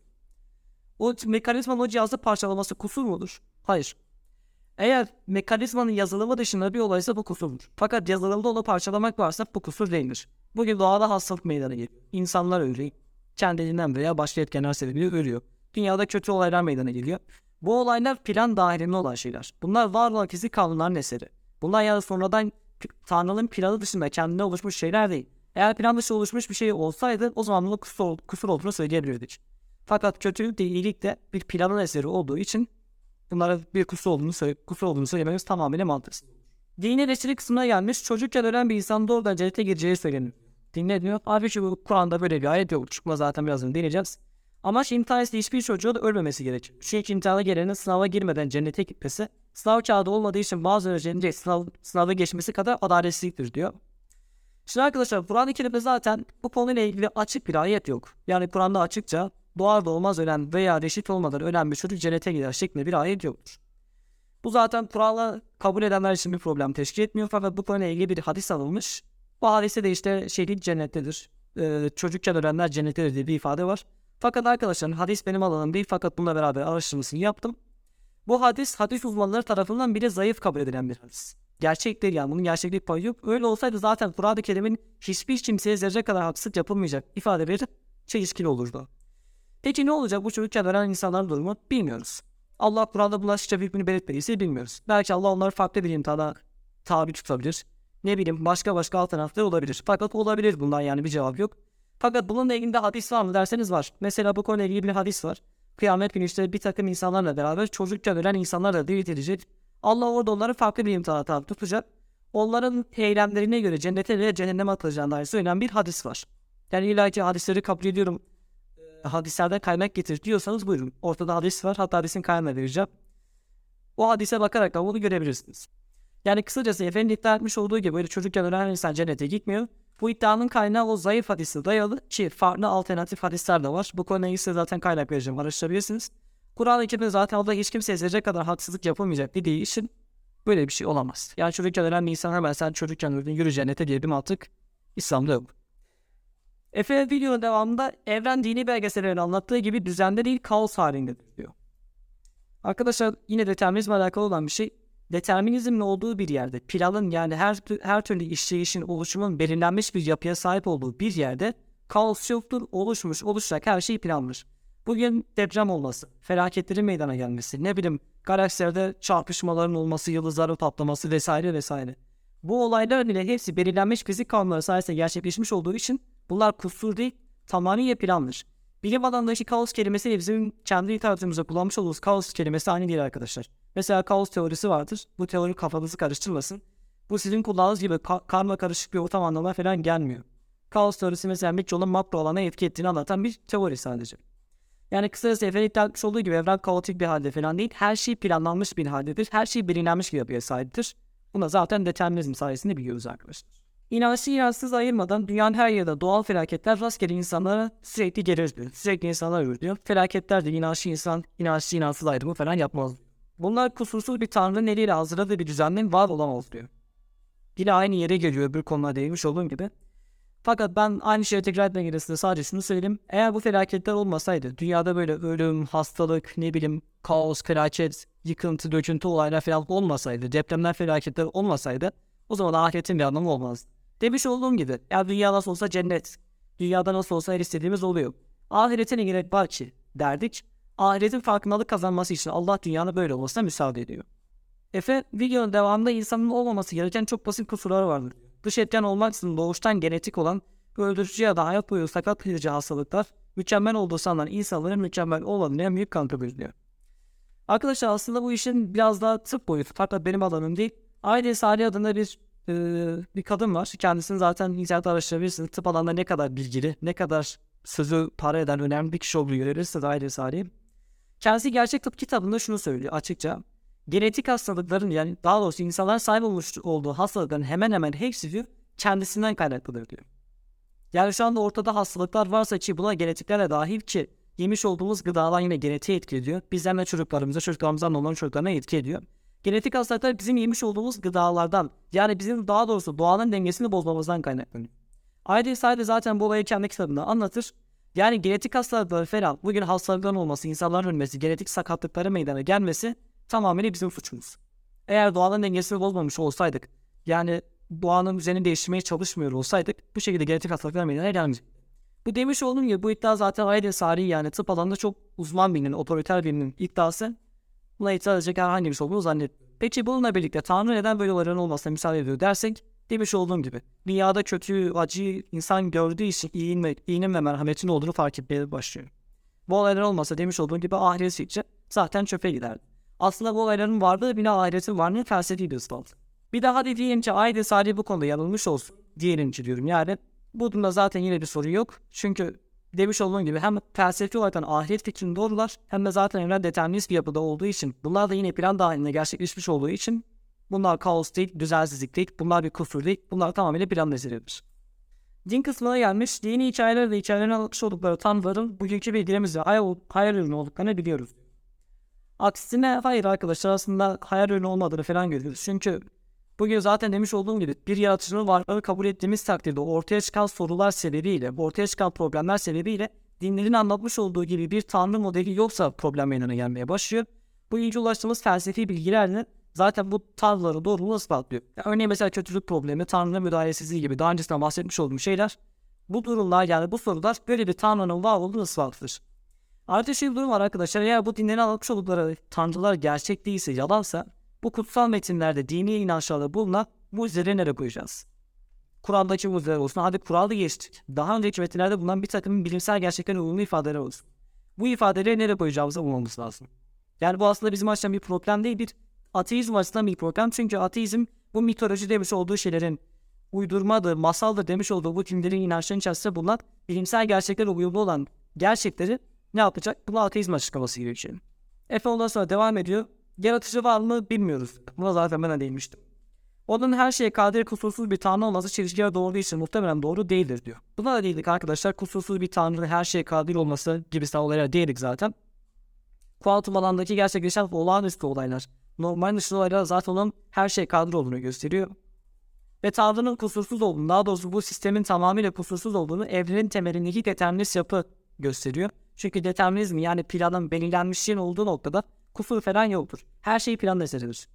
O mekanizmanın o cihazı parçalaması kusur mudur? Hayır. Eğer mekanizmanın yazılımı dışında bir olaysa bu kusurdur. Fakat yazılımda onu parçalamak varsa bu kusur değildir. Bugün doğada hastalık meydana geliyor. İnsanlar ölüyor. Kendiliğinden veya başka etkenler sebebiyle ölüyor. Dünyada kötü olaylar meydana geliyor. Bu olaylar plan dahilinde olan şeyler. Bunlar var olan fizik kanunların eseri. Bunlar yani sonradan Tanrı'nın planı dışında kendine oluşmuş şeyler değil. Eğer plan dışı oluşmuş bir şey olsaydı o zaman bunu kusur, kusur olduğunu söyleyebilirdik. Fakat kötülük de iyilik de bir planın eseri olduğu için bunlara bir kusur olduğunu, söyle, kusur olduğunu söylememiz tamamıyla mantıksız. Dini eleştiri kısmına gelmiş, çocukken ölen bir insan doğrudan cennete gireceği söyleniyor. Din ne diyor? Abi şu Kur'an'da böyle bir ayet yok. Buna zaten birazdan deneyeceğiz. Amaç imtihaniste hiçbir çocuğun ölmemesi gerekir. Çünkü imtihana gelenin sınava girmeden cennete gitmesi, sınav kağıdı olmadığı için bazı öğrencilerin sınav, sınavda geçmesi kadar adaletsizliktir diyor. Şimdi arkadaşlar Kur'an-ı Kerim'de zaten bu konuyla ilgili açık bir ayet yok. Yani Kur'an'da açıkça doğar doğmaz ölen veya reşit olmadan ölen bir çocuk cennete gider şeklinde bir ayet yoktur. Bu zaten Kur'an'la kabul edenler için bir problem teşkil etmiyor fakat bu konuyla ilgili bir hadis alınmış. Bu hadiste de işte şehit cennettedir, ee, çocukken ölenler cennettedir diye bir ifade var. Fakat arkadaşlar hadis benim alanım değil fakat bununla beraber araştırmasını yaptım. Bu hadis hadis uzmanları tarafından bile zayıf kabul edilen bir hadis. Gerçek değil yani bunun gerçeklik payı yok. Öyle olsaydı zaten Kur'an-ı Kerim'in hiçbir kimseye zerre kadar haksızlık yapılmayacak ifadeleri çelişkili olurdu. Peki ne olacak bu çocukken ölen insanların durumu bilmiyoruz. Allah Kur'an'da bulaşıkça hükmünü belirtmediyse bilmiyoruz. Belki Allah onları farklı bir imtihana tabi tutabilir. Ne bileyim başka başka alternatifler olabilir. Fakat olabilir bundan yani bir cevap yok. Fakat bununla ilgili de hadis var mı derseniz var. Mesela bu konuyla ilgili bir hadis var. Kıyamet günü işte bir takım insanlarla beraber çocukken ölen insanlar da diriltilecek. Allah orada onları farklı bir imtihana tabi tutacak. Onların eylemlerine göre cennete ve cehenneme atılacağına dair söylenen bir hadis var. Yani illaki hadisleri kabul ediyorum. Hadislerden kaynak getir diyorsanız buyurun. Ortada hadis var. Hatta hadisin kaynağını vereceğim. O hadise bakarak da bunu görebilirsiniz. Yani kısacası Efendinin iddia etmiş olduğu gibi böyle çocukken ölen insan cennete gitmiyor. Bu iddianın kaynağı o zayıf hadise dayalı ki farklı alternatif hadisler de var. Bu konuyla ilgili size zaten kaynak vereceğim. Araştırabilirsiniz. Kur'an-ı Kerim'de zaten Allah hiç kimseye zerre kadar haksızlık yapılmayacak dediği için böyle bir şey olamaz. Yani çocukken ölen bir insan hemen sen çocukken öldün yürü cennete diye bir mantık İslam'da yok. Efe videonun devamında evren dini belgesellerin anlattığı gibi düzende değil kaos halindedir diyor. Arkadaşlar yine determinizmle alakalı olan bir şey. Determinizmin olduğu bir yerde planın yani her, her türlü işleyişin oluşumun belirlenmiş bir yapıya sahip olduğu bir yerde kaos yoktur, oluşmuş oluşacak her şey planlanır. Bugün deprem olması, felaketlerin meydana gelmesi, ne bileyim galaksilerde çarpışmaların olması, yıldızların patlaması vesaire vesaire. Bu olaylar bile hepsi belirlenmiş fizik kanunları sayesinde gerçekleşmiş olduğu için bunlar kusur değil, tamamıyla plandır. Bilim alanındaki kaos kelimesi bizim kendi literatürümüzde kullanmış olduğumuz kaos kelimesi aynı değil arkadaşlar. Mesela kaos teorisi vardır. Bu teori kafanızı karıştırmasın. Bu sizin kullandığınız gibi ka- karma karışık bir ortam anlamına falan gelmiyor. Kaos teorisi mesela bir yolun makro alana etki ettiğini anlatan bir teori sadece. Yani kısacası evren iddia etmiş olduğu gibi evren kaotik bir halde falan değil. Her şey planlanmış bir haldedir. Her şey belirlenmiş bir yapıya sahiptir. Buna zaten determinizm sayesinde biliyoruz arkadaşlar. İnançlı inançsız ayırmadan dünyanın her yerinde doğal felaketler rastgele insanlara sürekli gelir diyor. Sürekli insanlar ölür diyor. Felaketler de inançlı insan, inançlı inançsız ayrımı falan yapmaz. Bunlar kusursuz bir tanrının eliyle hazırladığı bir düzenlerin var olamaz diyor. Yine aynı yere geliyor öbür konuda değinmiş olduğum gibi. Fakat ben aynı şeyi tekrar etmek gerekirse sadece şunu söyleyeyim. Eğer bu felaketler olmasaydı, dünyada böyle ölüm, hastalık, ne bileyim kaos, felaket, yıkıntı, döküntü olaylar falan olmasaydı, depremler, felaketler olmasaydı o zaman ahiretin bir anlamı olmazdı. Demiş olduğum gibi, ya dünya nasıl olsa cennet, dünyada nasıl olsa her istediğimiz oluyor. Ahirete ne gerek var ki derdik. Ahiretin farkındalık kazanması için Allah dünyanın böyle olmasına müsaade ediyor. Efe, videonun devamında insanın olmaması gereken çok basit kusurlar vardır. Dış etken olmaksızın doğuştan genetik olan öldürücü ya da hayat boyu sakat kılıcı hastalıklar mükemmel olduğu sanılan insanların mükemmel olmadığını en büyük kanıtı görünüyor. Arkadaşlar aslında bu işin biraz daha tıp boyutu. Hatta benim alanım değil. Aile Salih adında bir e, bir kadın var. Kendisini zaten internette araştırabilirsiniz. Tıp alanında ne kadar bilgili, ne kadar sözü para eden önemli bir kişi olduğu görülürse de ayrı sarayım. Kendisi Gerçek Tıp kitabında şunu söylüyor açıkça. Genetik hastalıkların, yani daha doğrusu insanlar sahip olmuş olduğu hastalıkların hemen hemen hepsi diyor kendisinden kaynaklıdır diyor. Yani şu anda ortada hastalıklar varsa ki buna genetiklerle dahil ki yemiş olduğumuz gıdalar yine genetiğe etki ediyor. Bizden de çocuklarımıza, çocuklarımızdan olan çocuklarına etki ediyor. Genetik hastalıklar bizim yemiş olduğumuz gıdalardan, yani bizim daha doğrusu doğanın dengesini bozmamızdan kaynaklanıyor. Aydın Said zaten bu olayı kendi kitabında anlatır. Yani genetik hastalıkları falan, bugün hastalıkların olması, insanların ölmesi, genetik sakatlıkları meydana gelmesi tamamıyla bizim suçumuz. Eğer doğanın dengesini bozmamış olsaydık, yani doğanın üzerine değiştirmeye çalışmıyor olsaydık bu şekilde genetik hastalıklar meydana gelmeyecek. Bu demiş olduğum gibi bu iddia zaten Aydın Sari, yani tıp alanında çok uzman birinin, otoriter birinin iddiası. Buna itiraz edecek herhangi bir şey olduğunu zannetmiyorum. Peki bununla birlikte Tanrı neden böyle olayların olmasına müsaade ediyor dersek, demiş olduğum gibi dünyada kötü, acı insan gördüğü için iyinin ve, iyinin ve merhametin olduğunu fark etmeye başlıyor. Bu olaylar olmasa demiş olduğum gibi ahiret fikri zaten çöpe giderdi. Aslında bu olayların varlığı bile ahiretin varlığı felsefi bir ispat. Bir daha dediğim ki Aydın sadece bu konuda yanılmış olsun diyelim ki diyorum. Yani bu durumda zaten yine bir sorun yok. Çünkü demiş olduğum gibi hem felsefi olarak ahiret fikrini doğrular hem de zaten evren determinist bir yapıda olduğu için, bunlar da yine plan dahilinde gerçekleşmiş olduğu için bunlar kaos değil, düzensizlik değil, bunlar bir kusur değil, bunlar tamamıyla plan meselesidir. Din kısmına gelmiş, dini hikayeler ve hikayelerin anlatmış oldukları tanrıların bugünkü bilgilerimizle hayal, hayal ürünü olduklarını biliyoruz. Aksine hayır arkadaşlar, aslında hayal ürünü olmadığını falan görüyoruz. Çünkü bugün zaten demiş olduğum gibi bir yaratıcının varlığını kabul ettiğimiz takdirde ortaya çıkan sorular sebebiyle, ortaya çıkan problemler sebebiyle dinlerin anlatmış olduğu gibi bir tanrı modeli yoksa problem meydana gelmeye başlıyor. Bu ilgi ulaştığımız felsefi bilgilerle zaten bu tanrıları doğruluğunu ispatlıyor. Yani örneğin mesela kötülük problemi, tanrının müdahalesizliği gibi daha öncesinden bahsetmiş olduğum şeyler, bu durumlar, yani bu sorular böyle bir tanrının var olduğunu ispatlıdır. Artı şu bir durum var arkadaşlar, eğer bu dinlerin anlatmış oldukları tanrılar gerçek değilse, yalansa, bu kutsal metinlerde, dini inançlarda bulunan mucizeleri nereye koyacağız? Kur'an'daki mucizeler olsun, hadi Kur'an'ı geçtik. Daha önceki metinlerde bulunan bir takım bilimsel gerçekten uyumlu ifadeler olsun. Bu ifadeleri nereye koyacağımızı bulmamız lazım. Yani bu aslında bizim açısından bir problem değil, bir ateizm açısından bir problem. Çünkü ateizm bu mitoloji demiş olduğu şeylerin uydurmadır, masaldır demiş olduğu bu dinlerin inançların içerisinde bulunan bilimsel gerçeklerle uyumlu olan gerçekleri ne yapacak? Buna ateizm açıklaması gerekiyor. Efe ondan sonra devam ediyor. Yaratıcı var mı bilmiyoruz. Buna zaten ben de değinmiştim. Onun her şeye kadir, kusursuz bir tanrı olması çelişkiye doğru için muhtemelen doğru değildir diyor. Buna da değildik arkadaşlar. Kusursuz bir tanrı, her şeye kadir olması gibisinden olaylara değildik zaten. Kuantum alandaki gerçekleşen olağanüstü olaylar, normal dışında olaylar zaten onun her şeye kadir olduğunu gösteriyor. Ve Tanrı'nın kusursuz olduğunu, daha doğrusu bu sistemin tamamıyla kusursuz olduğunu evrenin temelindeki determinist yapı gösteriyor. Çünkü determinizm, yani planın belirlenmişliğin olduğu noktada kusur falan yoktur. Her şey planla eseridir.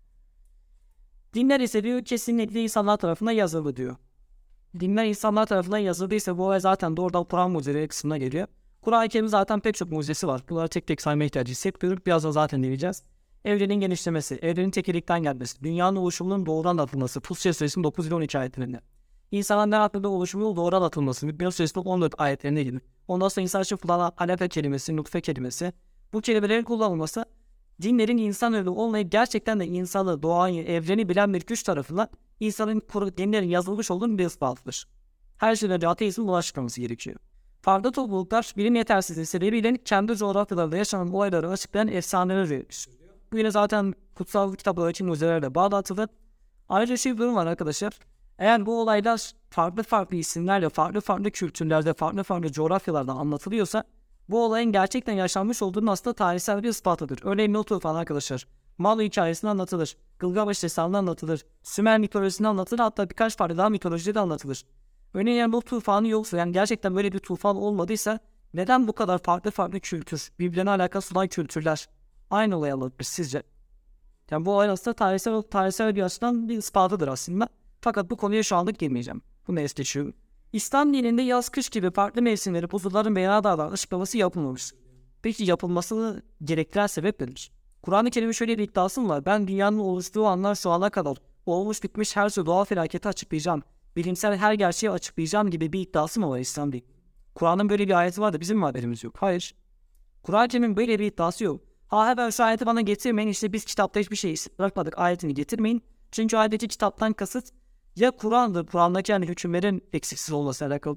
Dinler ise diyor kesinlikle insanlar tarafından yazılı diyor. Dinler insanlar tarafından yazıldıysa bu olay zaten doğrudan Kur'an mucizeleri kısmına geliyor. Kur'an-ı Kerim'in zaten pek çok mucizesi var. Bunları tek tek saymaya ihtiyacı hissetmiyoruz. Birazdan zaten deneyeceğiz. Evrenin genişlemesi, evrenin tekillikten gelmesi, dünyanın oluşumunun doğrudan atılması, Fussiye Suresinin dokuz ile on iki ayetlerinde. İnsanların hakkında oluşumunun doğrudan atılması, Mübin Suresinin on dört ayetlerine gibi. Ondan sonra insan için kullanılan alaka kelimesi, nutfe kelimesi. Bu kelimelerin kullanılması, dinlerin insan öyle olmayıp gerçekten de insanı, doğayı, evreni bilen bir güç tarafından insanın, dinlerin yazılmış olduğunu bir ispatıdır. Her şeyden önce ateizmin buna açıklaması gerekiyor. Farklı topluluklar bilim yetersizliği sebebiyle kendi coğrafyalarında yaşanan olayları açıklayan efsaneler verilmiş. Bu yine zaten kutsal kitaplardaki mucizelerle bağlantılı. Ayrıca şey bir durum var arkadaşlar. Eğer bu olaylar farklı farklı isimlerle, farklı farklı kültürlerde, farklı farklı coğrafyalarda anlatılıyorsa, bu olayın gerçekten yaşanmış olduğunun aslında tarihsel bir ispatıdır. Örneğin Nil tufanı arkadaşlar, Malu hikayesinde anlatılır, Gılgamış destanında anlatılır, Sümer mitolojisinde anlatılır, hatta birkaç farklı daha mitolojide de anlatılır. Örneğin yani bu tufanı yoksa, yani gerçekten böyle bir tufan olmadıysa, neden bu kadar farklı farklı kültür, birbirine alakası olan kültürler aynı olay anlatmış sizce? Yani bu olay aslında tarihsel, tarihsel bir açıdan bir ispatıdır aslında. Fakat bu konuya şu anlık girmeyeceğim. Bunu es geçiyorum. İslam dininde yaz kış gibi farklı mevsimleri pusuların veya dağların açıklaması yapılmamış. Peki yapılmasını gerektiren sebep nedir? Kur'an-ı Kerim'in şöyle bir iddiası var. Ben dünyanın oluştuğu anlar şu ana kadar olmuş bitmiş her şey doğal felaketi açıklayacağım. Bilimsel her gerçeği açıklayacağım gibi bir iddiası mı var İslam değil? Kur'an'ın böyle bir ayeti var da bizim mi haberimiz yok? Hayır. Kur'an-ı Kerim'in böyle bir iddiası yok. Ha hemen şu ayeti bana getirmeyin, işte biz kitapta hiçbir şey bırakmadık ayetini getirmeyin. Çünkü ayetteki kitaptan kasıt ya Kur'an'dır, Kur'an'daki yani hükümlerin eksiksiz olması alakalıdır.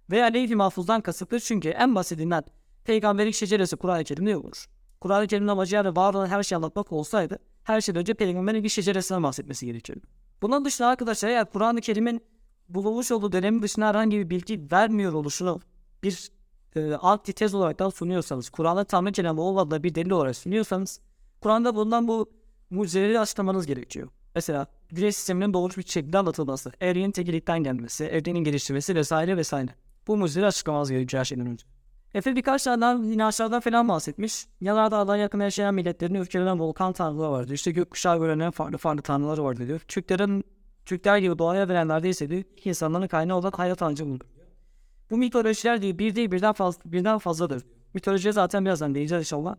Veya levh-i mahfuzdan kasıtlı, çünkü en basitinden peygamberin şeceresi Kur'an-ı Kerim'de yokmuş. Kur'an-ı Kerim'in amacı yani var olan her şeyi anlatmak olsaydı her şeyden önce peygamberin bir şeceresinden bahsetmesi gerekiyor. Bunun dışında arkadaşlar, eğer Kur'an-ı Kerim'in bulunmuş olduğu dönemin dışında herhangi bir bilgi vermiyor oluşunu bir e, antitez olarak sunuyorsanız, Kur'an'da Tanrı kelamı olmadığını bir delil olarak sunuyorsanız, Kur'an'da bulunan bu mucizeleri açıklamanız gerekiyor. Mesela güneş sisteminin doğruş bir şekilde anlatılması, evrenin tekilikten gelmesi, evrenin geliştirmesi vesaire vesaire. Bu mucizeleri açıklamanız gerekiyor her şeyden önce. Efe birkaç tane daha inançlardan falan bahsetmiş. Yanardağ Allah'a yakın yaşayan milletlerin öfkelenen volkan tanrıları vardı. İşte gökkuşağı görenen farklı farklı tanrıları vardı diyor. Türklerin, Türkler gibi doğaya verenlerde ise diyor, insanların kaynağı olan hayat ancı bulunur. Bu mitolojiler diyor bir değil birden fazla birden fazladır. Mitolojiye zaten birazdan değineceğiz inşallah.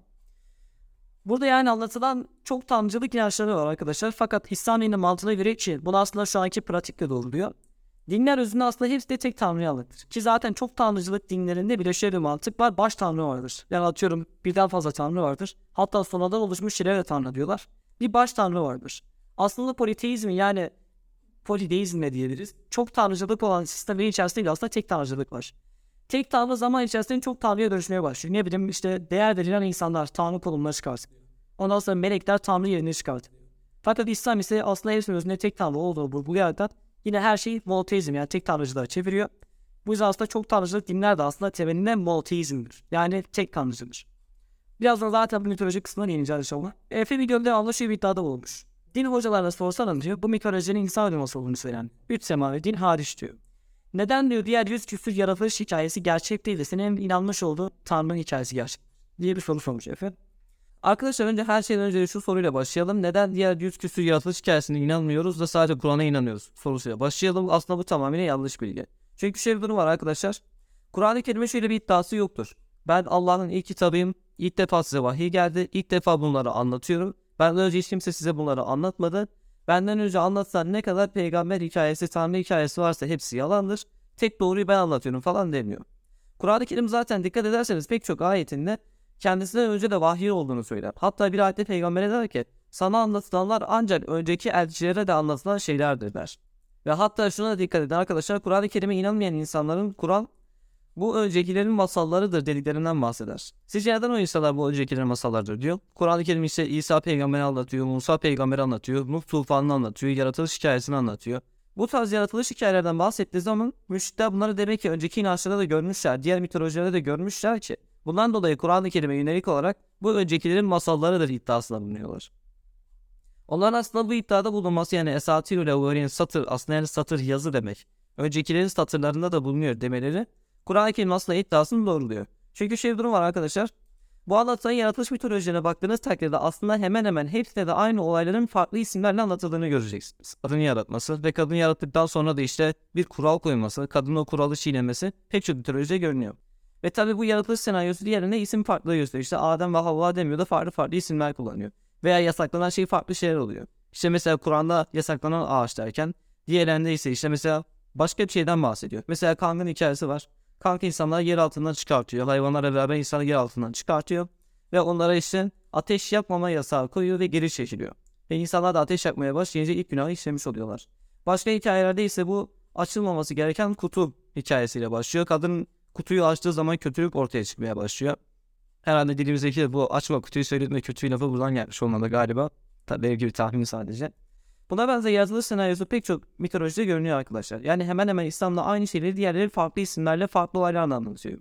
Burada yani anlatılan çok tanrıcılık inançları var arkadaşlar. Fakat İslami'nin mantığına göre ki bunu aslında şu anki pratikle doğruluyor. Dinler özünde aslında hepsi de tek tanrıya anlatır. Ki zaten çok tanrıcılık dinlerinde bile şöyle bir mantık var. Baş tanrı vardır. Yani atıyorum birden fazla tanrı vardır. Hatta sonradan oluşmuş şeylere tanrı diyorlar. Bir baş tanrı vardır. Aslında politeizmi yani polideizm ne diyebiliriz? Çok tanrıcılık olan sistemin içerisinde aslında tek tanrıcılık var. Tek tanrı zaman içerisinde çok tanrıya dönüşmeye başlıyor. Ne bileyim işte değer verilen insanlar tanrı konumuna çıkartılıyor. Ondan sonra melekler tanrı yerine çıkartılıyor. Fakat İslam ise aslında hepsinin özünde tek tanrı olduğu vurgulayarak yine her şey monoteizm yani tek tanrıcılığa çeviriyor. Bu yüzden aslında çok tanrıcılık dinler de aslında temelinde monoteizmdir. Yani tek tanrıcıdır. Birazdan zaten bu mitoloji kısmına değineceğiz inşallah. Efe videonun devamlı şu bir iddiada bulunmuş. Din hocalarına sorsan diyor bu mitolojinin insan olması olduğunu söyleyen. Üç semavi din hariç diyor. Neden diyor diğer yüz küsür yaratılış hikayesi gerçek değil de senin inanmış olduğu Tanrı'nın hikayesi gerçek diye bir soru sormuş Efe. Arkadaşlar önce her şeyden önce şu soruyla başlayalım. Neden diğer yüz küsür yaratılış hikayesine inanmıyoruz da sadece Kur'an'a inanıyoruz sorusuyla başlayalım. Aslında bu tamamen yanlış bilgi. Çünkü şöyle bir durum var arkadaşlar. Kur'an-ı Kerim'e şöyle bir iddiası yoktur. Ben Allah'ın ilk kitabıyım. İlk defa size vahiy geldi. İlk defa bunları anlatıyorum. Benden önce hiç kimse size bunları anlatmadı. Benden önce anlatılan ne kadar peygamber hikayesi, Tanrı hikayesi varsa hepsi yalandır. Tek doğruyu ben anlatıyorum falan demiyor. Kur'an-ı Kerim zaten dikkat ederseniz pek çok ayetinde kendisinden önce de vahiy olduğunu söyler. Hatta bir ayette peygambere der ki sana anlatılanlar ancak önceki elçilere de anlatılan şeylerdir der. Ve hatta şuna da dikkat edin arkadaşlar, Kur'an-ı Kerim'e inanmayan insanların Kur'an bu öncekilerin masallarıdır dediklerinden bahseder. Sizce neden o insanlar bu öncekilerin masallardır diyor. Kur'an-ı Kerim işte İsa peygamberi anlatıyor, Musa peygamberi anlatıyor, Nuh tufanını anlatıyor, yaratılış hikayesini anlatıyor. Bu tarz yaratılış hikayelerden bahsettiği zaman müşrikler bunları demek ki önceki inançlarda da görmüşler, diğer mitolojilerde de görmüşler ki bundan dolayı Kur'an-ı Kerim'e yönelik olarak bu öncekilerin masallarıdır iddiasında bulunuyorlar. Onların aslında bu iddiada bulunması yani esatirül evvelin satır aslında yani satır yazı demek. Öncekilerin satırlarında da bulunuyor demeleri Kur'an-ı Kerim aslında iddiasını doğruluyor. Çünkü şey bir durum var arkadaşlar. Bu anlatılan yaratılış mitolojilerine baktığınız takdirde aslında hemen hemen hepsinde de aynı olayların farklı isimlerle anlatıldığını göreceksiniz. Kadını yaratması ve kadını yarattıktan sonra da işte bir kural koyması, kadının o kuralı çiğnemesi pek çok mitolojide görünüyor. Ve tabi bu yaratılış senaryosu diğerine isim farklılığı gösteriyor. İşte Adem ve Havva demiyor da farklı farklı isimler kullanıyor. Veya yasaklanan şey farklı şeyler oluyor. İşte mesela Kur'an'da yasaklanan ağaç derken diğerlerinde ise işte mesela başka bir şeyden bahsediyor. Mesela kangın hikayesi var. Kank insanları yer altından çıkartıyor. Hayvanlarla beraber insanı yer altından çıkartıyor. Ve onlara işte ateş yakmama yasağı koyuyor ve geri çekiliyor. Ve insanlar da ateş yakmaya başlayınca ilk günahı işlemiş oluyorlar. Başka hikayelerde ise bu açılmaması gereken kutu hikayesiyle başlıyor. Kadın kutuyu açtığı zaman kötülük ortaya çıkmaya başlıyor. Herhalde dilimizdeki de bu açma kutuyu söyletme kötü lafı buradan gelmiş olmalı galiba. Tabii benim gibi tahmin sadece. Buna benzer yaratılış senaryosu pek çok mitolojide görünüyor arkadaşlar. Yani hemen hemen İslam'da aynı şeyleri diğerleri farklı isimlerle farklı olaylarla anlatıyor.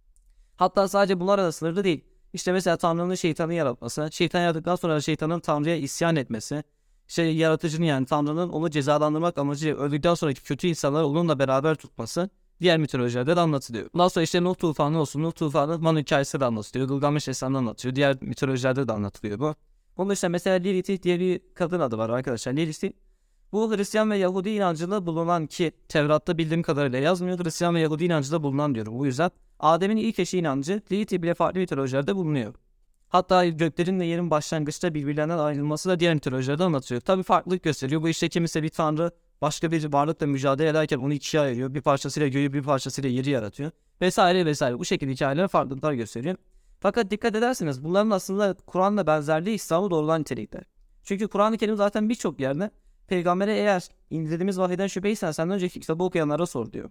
Hatta sadece bunlar da sınırlı değil. İşte mesela Tanrı'nın şeytanı yaratması, şeytan yarattıktan sonra şeytanın Tanrı'ya isyan etmesi, işte yaratıcının yani Tanrı'nın onu cezalandırmak amacıyla öldükten sonraki kötü insanları onunla beraber tutması diğer mitolojilerde de anlatılıyor. Bundan sonra işte Nuh tufanı olsun, Nuh tufanı Man hikayesi de anlatılıyor, Gılgamış Destanı anlatılıyor, diğer mitolojilerde de anlatılıyor bu. Bunun işte mesela Lilith diye bir kadın adı var arkadaşlar. Lilith bu Hristiyan ve Yahudi inancında bulunan ki Tevrat'ta bildiğim kadarıyla yazmıyor. Hristiyan ve Yahudi inancında bulunan diyorum. Bu yüzden Adem'in ilk eşi inancı Lilith bile farklı mitolojilerde bulunuyor. Hatta göklerin ve yerin başlangıçta birbirlerinden ayrılması da diğer mitolojilerde anlatıyor. Tabi farklılık gösteriyor. Bu işte kimisi bir tanrı başka bir varlıkla mücadele ederken onu ikiye ayırıyor. Bir parçasıyla göğü bir parçasıyla yeri yaratıyor. Vesaire vesaire. Bu şekilde hikayeler farklılıklar gösteriyor. Fakat dikkat ederseniz bunların aslında Kur'an'la benzerliği İslam'ı doğrulan nitelikler. Çünkü Kur'an-ı Kerim zaten birçok yerde peygambere eğer indirdiğimiz vahiyden şüpheysen senden önceki kitabı okuyanlara sor diyor.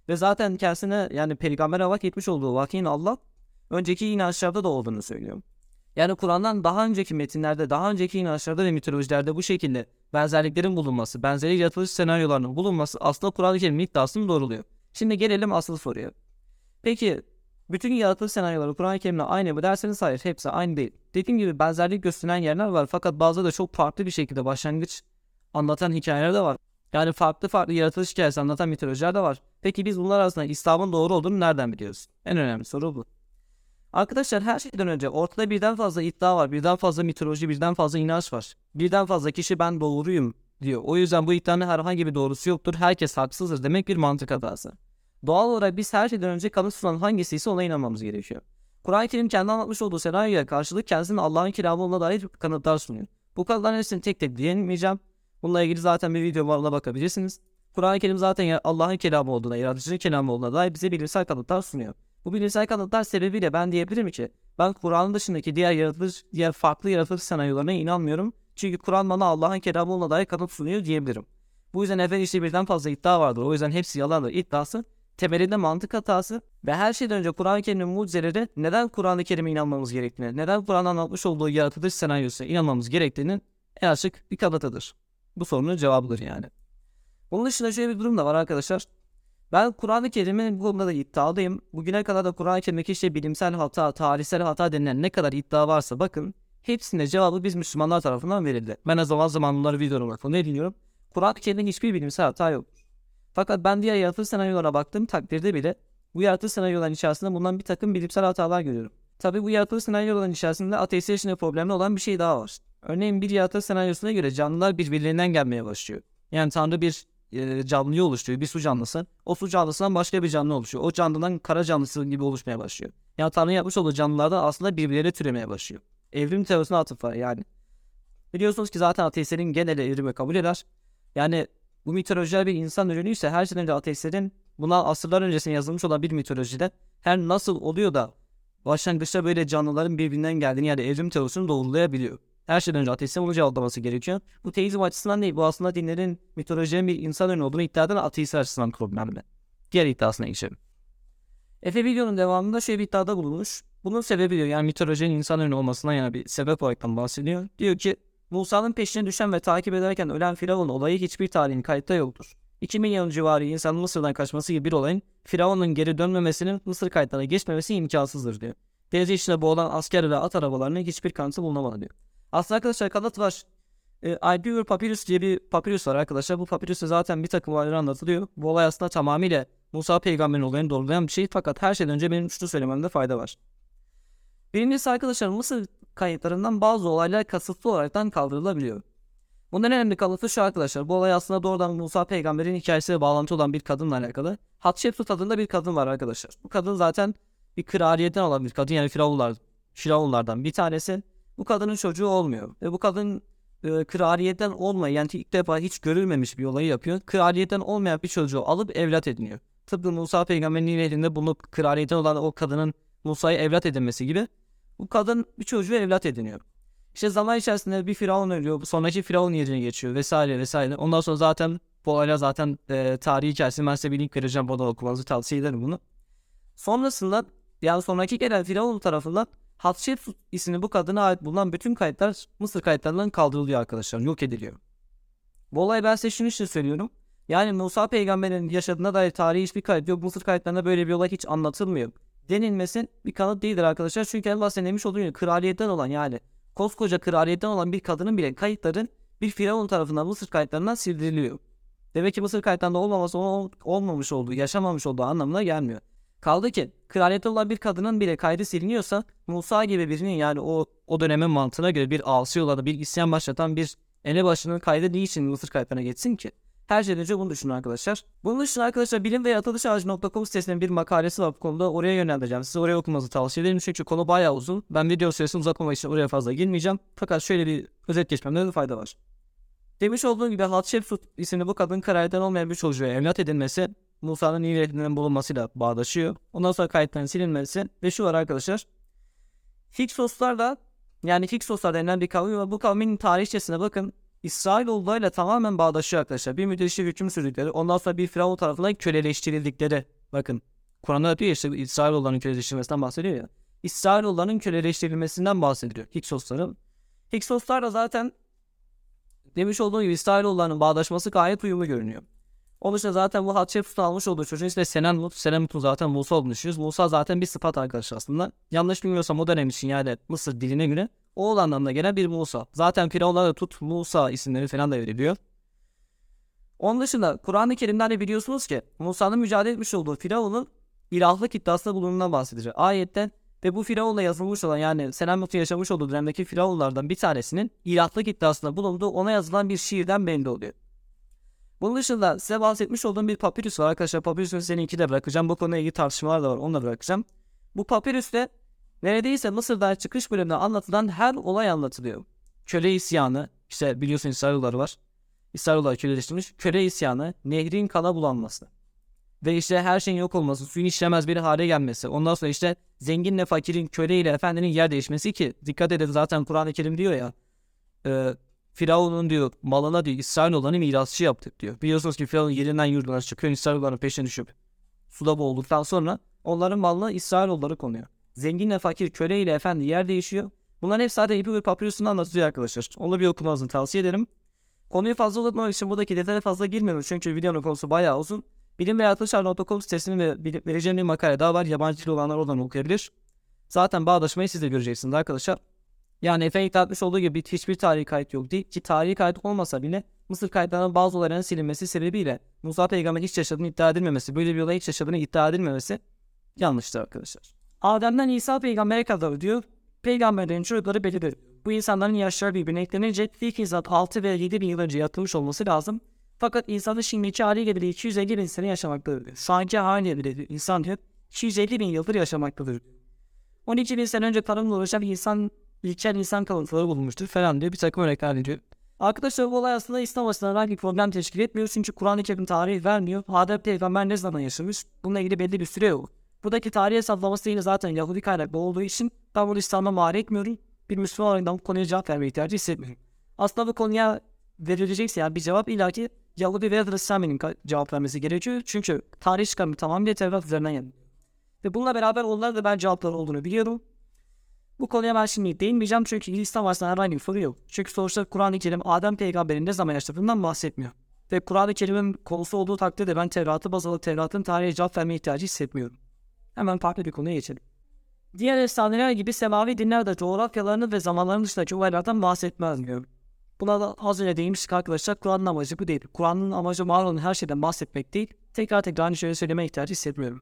Ve zaten kendisine yani peygambere vahyetmiş olduğu vahyin Allah önceki inançlarda da olduğunu söylüyor. Yani Kur'an'dan daha önceki metinlerde, daha önceki inançlarda ve mitolojilerde bu şekilde benzerliklerin bulunması, benzeri yaratılış senaryolarının bulunması aslında Kur'an-ı Kerim'in iddiasını doğruluyor. Şimdi gelelim asıl soruya. Peki bütün yaratılış senaryoları Kur'an-ı Kerim'le aynı mı derseniz hayır, hepsi aynı değil. Dediğim gibi benzerlik gösteren yerler var fakat bazıları da çok farklı bir şekilde başlangıç anlatan hikayeler de var. Yani farklı farklı yaratılış hikayesi anlatan mitolojiler de var. Peki biz bunlar arasında İslam'ın doğru olduğunu nereden biliyoruz? En önemli soru bu. Arkadaşlar her şeyden önce ortada birden fazla iddia var, birden fazla mitoloji, birden fazla inanç var. Birden fazla kişi ben doğruyum diyor. O yüzden bu iddianın herhangi bir doğrusu yoktur, herkes haksızdır demek bir mantık hatası. Doğal olarak biz her şeyden önce kanıt sunan hangisi ise ona inanmamız gerekiyor. Kur'an-ı Kerim kendi anlatmış olduğu senaryoya karşılık kendisinin Allah'ın kelamı olduğuna dair kanıtlar sunuyor. Bu kanıtların hepsini tek tek değinmeyeceğim. Bununla ilgili zaten bir video var, ona bakabilirsiniz. Kur'an-ı Kerim zaten Allah'ın kelamı olduğuna, yaratıcının kelamı olduğuna dair bize bilimsel kanıtlar sunuyor. Bu bilimsel kanıtlar sebebiyle ben diyebilirim ki ben Kur'an'ın dışındaki diğer yaratılış, diğer farklı yaratılış senaryolarına inanmıyorum. Çünkü Kur'an bana Allah'ın kelamı olduğuna dair kanıt sunuyor diyebilirim. Bu yüzden efendim işte birden fazla iddia vardır. O yüzden hepsi yalandır iddiası temelinde mantık hatası ve her şeyden önce Kur'an-ı Kerim'in mucizeleri neden Kur'an-ı Kerim'e inanmamız gerektiğini, neden Kur'an'ın anlatmış olduğu yaratılış senaryosuna inanmamız gerektiğinin en açık bir kanıtıdır. Bu sorunun cevabıdır yani. Bunun dışında şöyle bir durum da var arkadaşlar. Ben Kur'an-ı Kerim'in bu konuda da iddialıyım. Bugüne kadar da Kur'an-ı Kerim'deki işte bilimsel hata, tarihsel hata denilen ne kadar iddia varsa bakın hepsinde cevabı biz Müslümanlar tarafından verildi. Ben o zaman zaman bunları videolarıma konu ediniyorum. Kur'an-ı Kerim'de hiçbir bilimsel hata yoktur. Fakat ben diğer yaratılış senaryolara baktığım takdirde bile bu yaratılış senaryoların içerisinde bulunan bir takım bilimsel hatalar görüyorum. Tabi bu yaratılış senaryoların içerisinde ateistler için de problemli olan bir şey daha var. Örneğin bir yaratılış senaryosuna göre canlılar birbirlerinden gelmeye başlıyor. Yani Tanrı bir e, canlıyı oluşturuyor, bir su canlısı. O su canlısından başka bir canlı oluşuyor. O canlıdan kara canlısı gibi oluşmaya başlıyor. Yani Tanrı yapmış olduğu canlılardan aslında birbirlerine türemeye başlıyor. Evrim teorisine atıf var yani. Biliyorsunuz ki zaten ateistlerin geneli evrimi kabul eder. Yani bu mitolojiler bir insan ürünüyse her şeyden önce ateistlerin bundan asırlar öncesine yazılmış olan bir mitolojide her nasıl oluyor da başlangıçta böyle canlıların birbirinden geldiğini yani evrim teorisini doğrulayabiliyor. Her şeyden önce ateistlerin bunu cevaplaması gerekiyor. Bu teizm açısından değil, bu aslında dinlerin mitolojilerin bir insan ürünü olduğunu iddia eden ateistler açısından problemli. Diğer iddiasına geçelim. Efe videonun devamında şöyle bir iddiada bulunmuş. Bunun sebebi diyor yani mitolojinin insan ürünü olmasından yani bir sebep olaraktan bahsediyor. Diyor ki Musa'nın peşine düşen ve takip ederken ölen Firavun olayı hiçbir tarihin kayıtta yoktur. iki milyon civarı insanın Mısır'dan kaçması gibi bir olayın Firavun'un geri dönmemesinin Mısır kayıtlarına geçmemesi imkansızdır diyor. Deniz içinde boğulan asker ve at arabalarının hiçbir kanıtı bulunamadı diyor. Aslında arkadaşlar kanıt var. E, Iberian Papyrus diye bir papyrus var arkadaşlar. Bu papyrus'ta zaten bir takım olaylar anlatılıyor. Bu olay aslında tamamıyla Musa peygamberin olayını doğrulayan bir şey. Fakat her şeyden önce benim şunu söylememde fayda var. Birincisi arkadaşlar Mısır kayıtlarından bazı olaylar kasıtlı olaraktan kaldırılabiliyor. Bunun en önemli kanıtı şu arkadaşlar. Bu olay aslında doğrudan Musa peygamberin hikayesiyle bağlantı olan bir kadınla alakalı. Hatshepsut adında bir kadın var arkadaşlar. Bu kadın zaten bir kraliyetten olan bir kadın yani Firavunlar, Firavunlardan bir tanesi. Bu kadının çocuğu olmuyor. Ve bu kadın e, kraliyetten olmayan yani ilk defa hiç görülmemiş bir olayı yapıyor. Kraliyetten olmayan bir çocuğu alıp evlat ediniyor. Tıpkı Musa peygamberin elinde bulunup kraliyetten olan o kadının Musa'yı evlat edinmesi gibi. Bu kadın bir çocuğu evlat ediniyor. İşte zaman içerisinde bir firavun ölüyor. Sonraki firavun yerine geçiyor vesaire vesaire. Ondan sonra zaten bu olaylar zaten e, tarihi hikayesini ben size bir link vereceğim. Burada okumanızı tavsiye ederim bunu. Sonrasında yani sonraki gelen firavun tarafından Hatshepsut isimli bu kadına ait bulunan bütün kayıtlar Mısır kayıtlarından kaldırılıyor arkadaşlar. Yok ediliyor. Bu olayı ben size şunun için söylüyorum. Yani Musa peygamberin yaşadığına dair tarihi hiçbir kayıt yok. Mısır kayıtlarında böyle bir olay hiç anlatılmıyor. Denilmesin bir kanıt değildir arkadaşlar. Çünkü en başta demiş olduğum gibi kraliyetten olan yani koskoca kraliyetten olan bir kadının bile kayıtların bir firavun tarafından Mısır kayıtlarından sildiriliyor. Demek ki Mısır kayıtlarında olmaması ol, olmamış olduğu, yaşamamış olduğu anlamına gelmiyor. Kaldı ki kraliyetten olan bir kadının bile kaydı siliniyorsa Musa gibi birinin yani o o dönemin mantığına göre bir asi olan bir isyan başlatan bir elebaşının kaydı niçin Mısır kayıtlarına geçsin ki? Her şeyden önce bunu düşünün arkadaşlar. Bunun dışında arkadaşlar bilim ve yaratılış ağacı nokta com sitesinin bir makalesi var bu konuda. Oraya yönlendireceğim. Size oraya okumanızı tavsiye ederim. Çünkü konu bayağı uzun. Ben video süresini uzatmamak için oraya fazla girmeyeceğim. Fakat şöyle bir özet geçmemde de fayda var. Demiş olduğum gibi Hatshepsut isimli bu kadın kraliyetten olmayan bir çocuğa evlat edinmesi Musa'nın nimetinin bulunmasıyla bağdaşıyor. Ondan sonra kayıtların silinmesi ve şu var arkadaşlar. Hiksoslarla yani Hiksoslar denilen bir kavim var. Bu kavmin tarihçesine bakın. İsrailoğullarıyla tamamen bağdaşıyor arkadaşlar. Bir müddet işte hüküm sürdükleri, ondan sonra bir Firavun tarafından köleleştirildikleri. Bakın Kur'an'da diyor ya işte İsrailoğullarının köleleştirilmesinden bahsediyor ya. İsrailoğullarının köleleştirilmesinden bahsediliyor Hiksosların. Hiksoslar da zaten demiş olduğum gibi İsrailoğullarının bağdaşması gayet uyumlu görünüyor. Onun için zaten bu Hatshepsut'un almış olduğu çocuğun ismi Senenmut. Senenmut'un zaten Musa olduğunu düşünüyoruz. Musa zaten bir sıfat arkadaşlar aslında. Yanlış bilmiyorsam o dönem için yani Mısır diline göre oğul anlamına gelen bir Musa. Zaten Firavunlara da tut Musa isimleri falan da veriliyor. Onun dışında Kur'an-ı Kerim'den de biliyorsunuz ki Musa'nın mücadele etmiş olduğu Firavun'un ilahlık iddiasında bulunduğundan bahsedilir. Ayetten ve bu Firavun'la yazılmış olan yani Senenmut'un yaşamış olduğu dönemdeki Firavunlardan bir tanesinin ilahlık iddiasında bulunduğu ona yazılan bir şiirden belli oluyor. Bunun dışında size bahsetmiş olduğum bir papirüs var arkadaşlar. Papirüsün seninki de bırakacağım. Bu konuyla ilgili tartışmalar da var. Onu da bırakacağım. Bu papirüste neredeyse Mısır'dan çıkış bölümünde anlatılan her olay anlatılıyor. Köle isyanı, işte biliyorsun İsrailoğulları var. İsrailoğulları köleleştirmiş. Köle isyanı, nehrin kana bulanması. Ve işte her şeyin yok olması, suyun işlemez bir hale gelmesi. Ondan sonra işte zenginle fakirin, köle ile efendinin yer değişmesi ki dikkat edin zaten Kur'an-ı Kerim diyor ya. E, Firavun'un diyor malına diyor İsrailoğullarını mirasçı yaptık diyor. Biliyorsunuz ki Firavun yerinden yurduna çıkıyor İsrailoğulların peşine düşüp suda boğulduktan sonra onların malına İsrailoğulları konuyor. Zenginle fakir, köle ile efendi yer değişiyor. Bunların hepsi zaten İpi ve Papyrus'un anlatılıyor arkadaşlar. Onu bir okumanızı tavsiye ederim. Konuyu fazla uzatmamak için buradaki detaya fazla girmiyorum çünkü videonun konusu bayağı uzun. Bilim ve Yaklaşar nokta com sitesinin ve vereceğim bir makale daha var. Yabancı dil olanlar oradan okuyabilir. Zaten bağdaşmayı siz de göreceksiniz arkadaşlar. Yani Efe'nin iddia etmiş olduğu gibi hiçbir tarihi kayıt yok değil ki tarihi kayıt olmasa bile Mısır kayıtlarının bazı olayların silinmesi sebebiyle Musa peygamber hiç yaşadığını iddia edilmemesi, böyle bir olay hiç yaşadığını iddia edilmemesi yanlıştır arkadaşlar. Adem'den İsa peygambere kadar diyor, peygamberlerin çocukları belirli. Bu insanların yaşları birbirine eklenince ilk insan altı ve yedi bin yıl önce yaratılmış olması lazım. Fakat insanın şimdiki haliyle bile iki yüz elli bin sene yaşamaktadır. Şu anki haliyle bile insan diyor iki yüz elli bin yıldır yaşamaktadır. on iki bin sene önce tarımla uğraşan insan ilkel insan kalıntıları bulunmuştur falan diyor bir takım örnekler veriyor. Arkadaşlar bu olay aslında İslam açısından herhangi bir problem teşkil etmiyor çünkü Kur'an-ı Kerim tarihi vermiyor. Adem peygamber ne zaman yaşamış? Bununla ilgili belli bir süre yok. Buradaki tarihi hesaplaması yine zaten Yahudi kaynaklı olduğu için ben bunu İslam'a mal etmiyorum. Bir Müslüman olarak bu konuya cevap vermeye ihtiyacı hissetmiyorum. Aslında bu konuya verilecekse yani bir cevap illaki Yahudi veya Hristiyan'ın cevap vermesi gerekiyor. Çünkü tarih çıkarımı tamamıyla Tevrat üzerinden yapılıyor. Ve bununla beraber onların da ben cevapları olduğunu biliyorum. Bu konuya ben şimdi değinmeyeceğim çünkü İslam açısından herhangi bir soru yok. Çünkü sonuçta Kur'an-ı Kerim Adem peygamberin ne zaman yaşadığından bahsetmiyor. Ve Kur'an-ı Kerim'in konusu olduğu takdirde ben Tevrat'ı baz alıp Tevrat'ın tarihe cevap vermeye ihtiyacı hissetmiyorum. Hemen farklı bir konuya geçelim. Diğer efsaneler gibi semavi dinler de coğrafyalarını ve zamanların dışındaki olaylardan bahsetmez diyor. Buna da az önce değinmiştik arkadaşlar. Kur'an'ın amacı bu değil. Kur'an'ın amacı var olan her şeyden bahsetmek değil. Tekrar tekrar aynı şeyi söylemeye ihtiyacı hissetmiyorum.